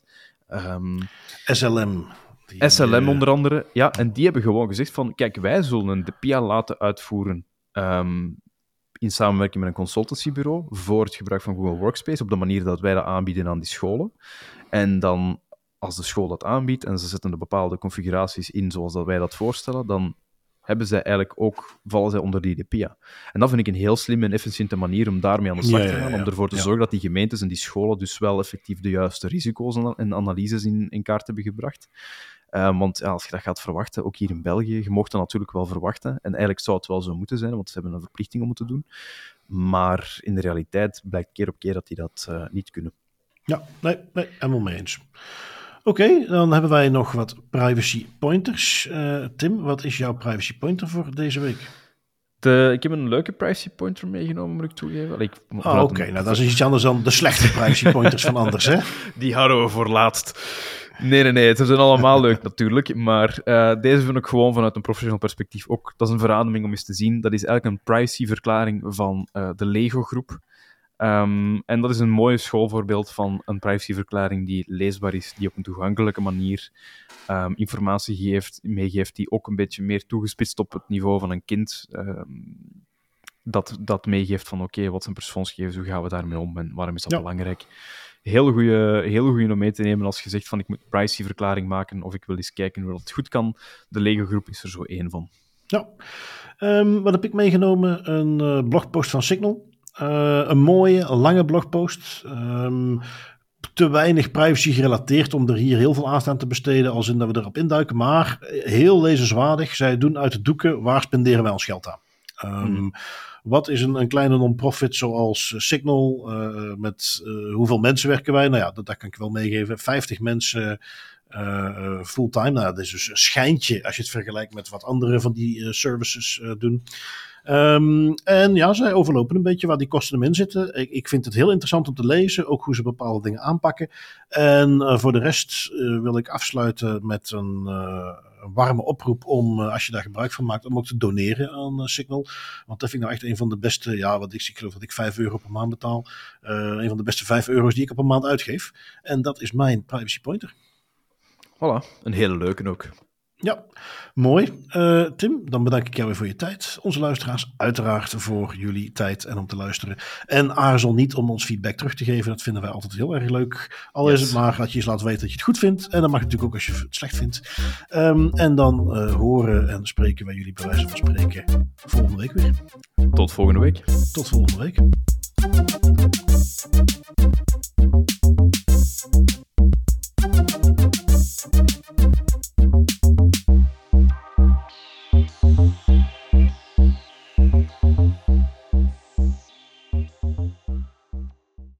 SLM. SLM onder andere, ja. En die hebben gewoon gezegd van, kijk, wij zullen een DPA laten uitvoeren in samenwerking met een consultancybureau voor het gebruik van Google Workspace, op de manier dat wij dat aanbieden aan die scholen. En dan, als de school dat aanbiedt en ze zetten de bepaalde configuraties in zoals dat wij dat voorstellen, dan vallen zij onder die DPA. En dat vind ik een heel slimme en efficiënte manier om daarmee aan de slag te gaan, om ervoor te zorgen dat die gemeentes en die scholen dus wel effectief de juiste risico's en analyses in kaart hebben gebracht. Want als je dat gaat verwachten, ook hier in België, je mocht dat natuurlijk wel verwachten. En eigenlijk zou het wel zo moeten zijn, want ze hebben een verplichting om het te doen. Maar in de realiteit blijkt keer op keer dat die dat niet kunnen. Ja, nee, helemaal mee eens. Oké, dan hebben wij nog wat privacy pointers. Tim, wat is jouw privacy pointer voor deze week? Ik heb een leuke privacy pointer meegenomen, moet ik toegeven. Oké, nou dat is iets anders dan de slechte privacy pointers van anders, hè? Die houden we voor laatst. Nee, ze zijn allemaal leuk natuurlijk, maar deze vind ik gewoon vanuit een professioneel perspectief ook. Dat is een verademing om eens te zien. Dat is eigenlijk een privacyverklaring van de Lego-groep. En dat is een mooi schoolvoorbeeld van een privacyverklaring die leesbaar is, die op een toegankelijke manier informatie meegeeft, die ook een beetje meer toegespitst op het niveau van een kind dat meegeeft van oké, wat zijn persoonsgegevens, hoe gaan we daarmee om en waarom is dat belangrijk. Heel goede om mee te nemen als je zegt van ik moet een privacyverklaring maken of ik wil eens kijken hoe dat goed kan. De Lego-groep is er zo één van. Ja. Wat heb ik meegenomen? Een blogpost van Signal. Een mooie, lange blogpost. Te weinig privacy gerelateerd om er hier heel veel aandacht aan te besteden als in dat we erop induiken. Maar heel lezenswaardig. Zij doen uit de doeken waar spenderen wij ons geld aan. Wat is een kleine non-profit zoals Signal? Met hoeveel mensen werken wij? Nou ja, dat kan ik wel meegeven. 50 mensen fulltime. Nou, dat is dus een schijntje als je het vergelijkt met wat andere van die services doen. En ja, zij overlopen een beetje waar die kosten hem in zitten. Ik vind het heel interessant om te lezen, ook hoe ze bepaalde dingen aanpakken. En voor de rest wil ik afsluiten met een warme oproep om, als je daar gebruik van maakt, om ook te doneren aan Signal. Want dat vind ik nou echt een van de beste, ik geloof dat ik €5 per maand betaal. Een van de beste €5 die ik op een maand uitgeef. En dat is mijn privacy pointer. Voilà, een hele leuke ook. Ja, mooi. Tim, dan bedank ik jou weer voor je tijd. Onze luisteraars uiteraard voor jullie tijd en om te luisteren. En aarzel niet om ons feedback terug te geven. Dat vinden wij altijd heel erg leuk. Al is het maar dat je eens laat weten dat je het goed vindt. En dat mag natuurlijk ook als je het slecht vindt. En dan horen en spreken wij jullie bij wijze van spreken volgende week weer. Tot volgende week. Tot volgende week.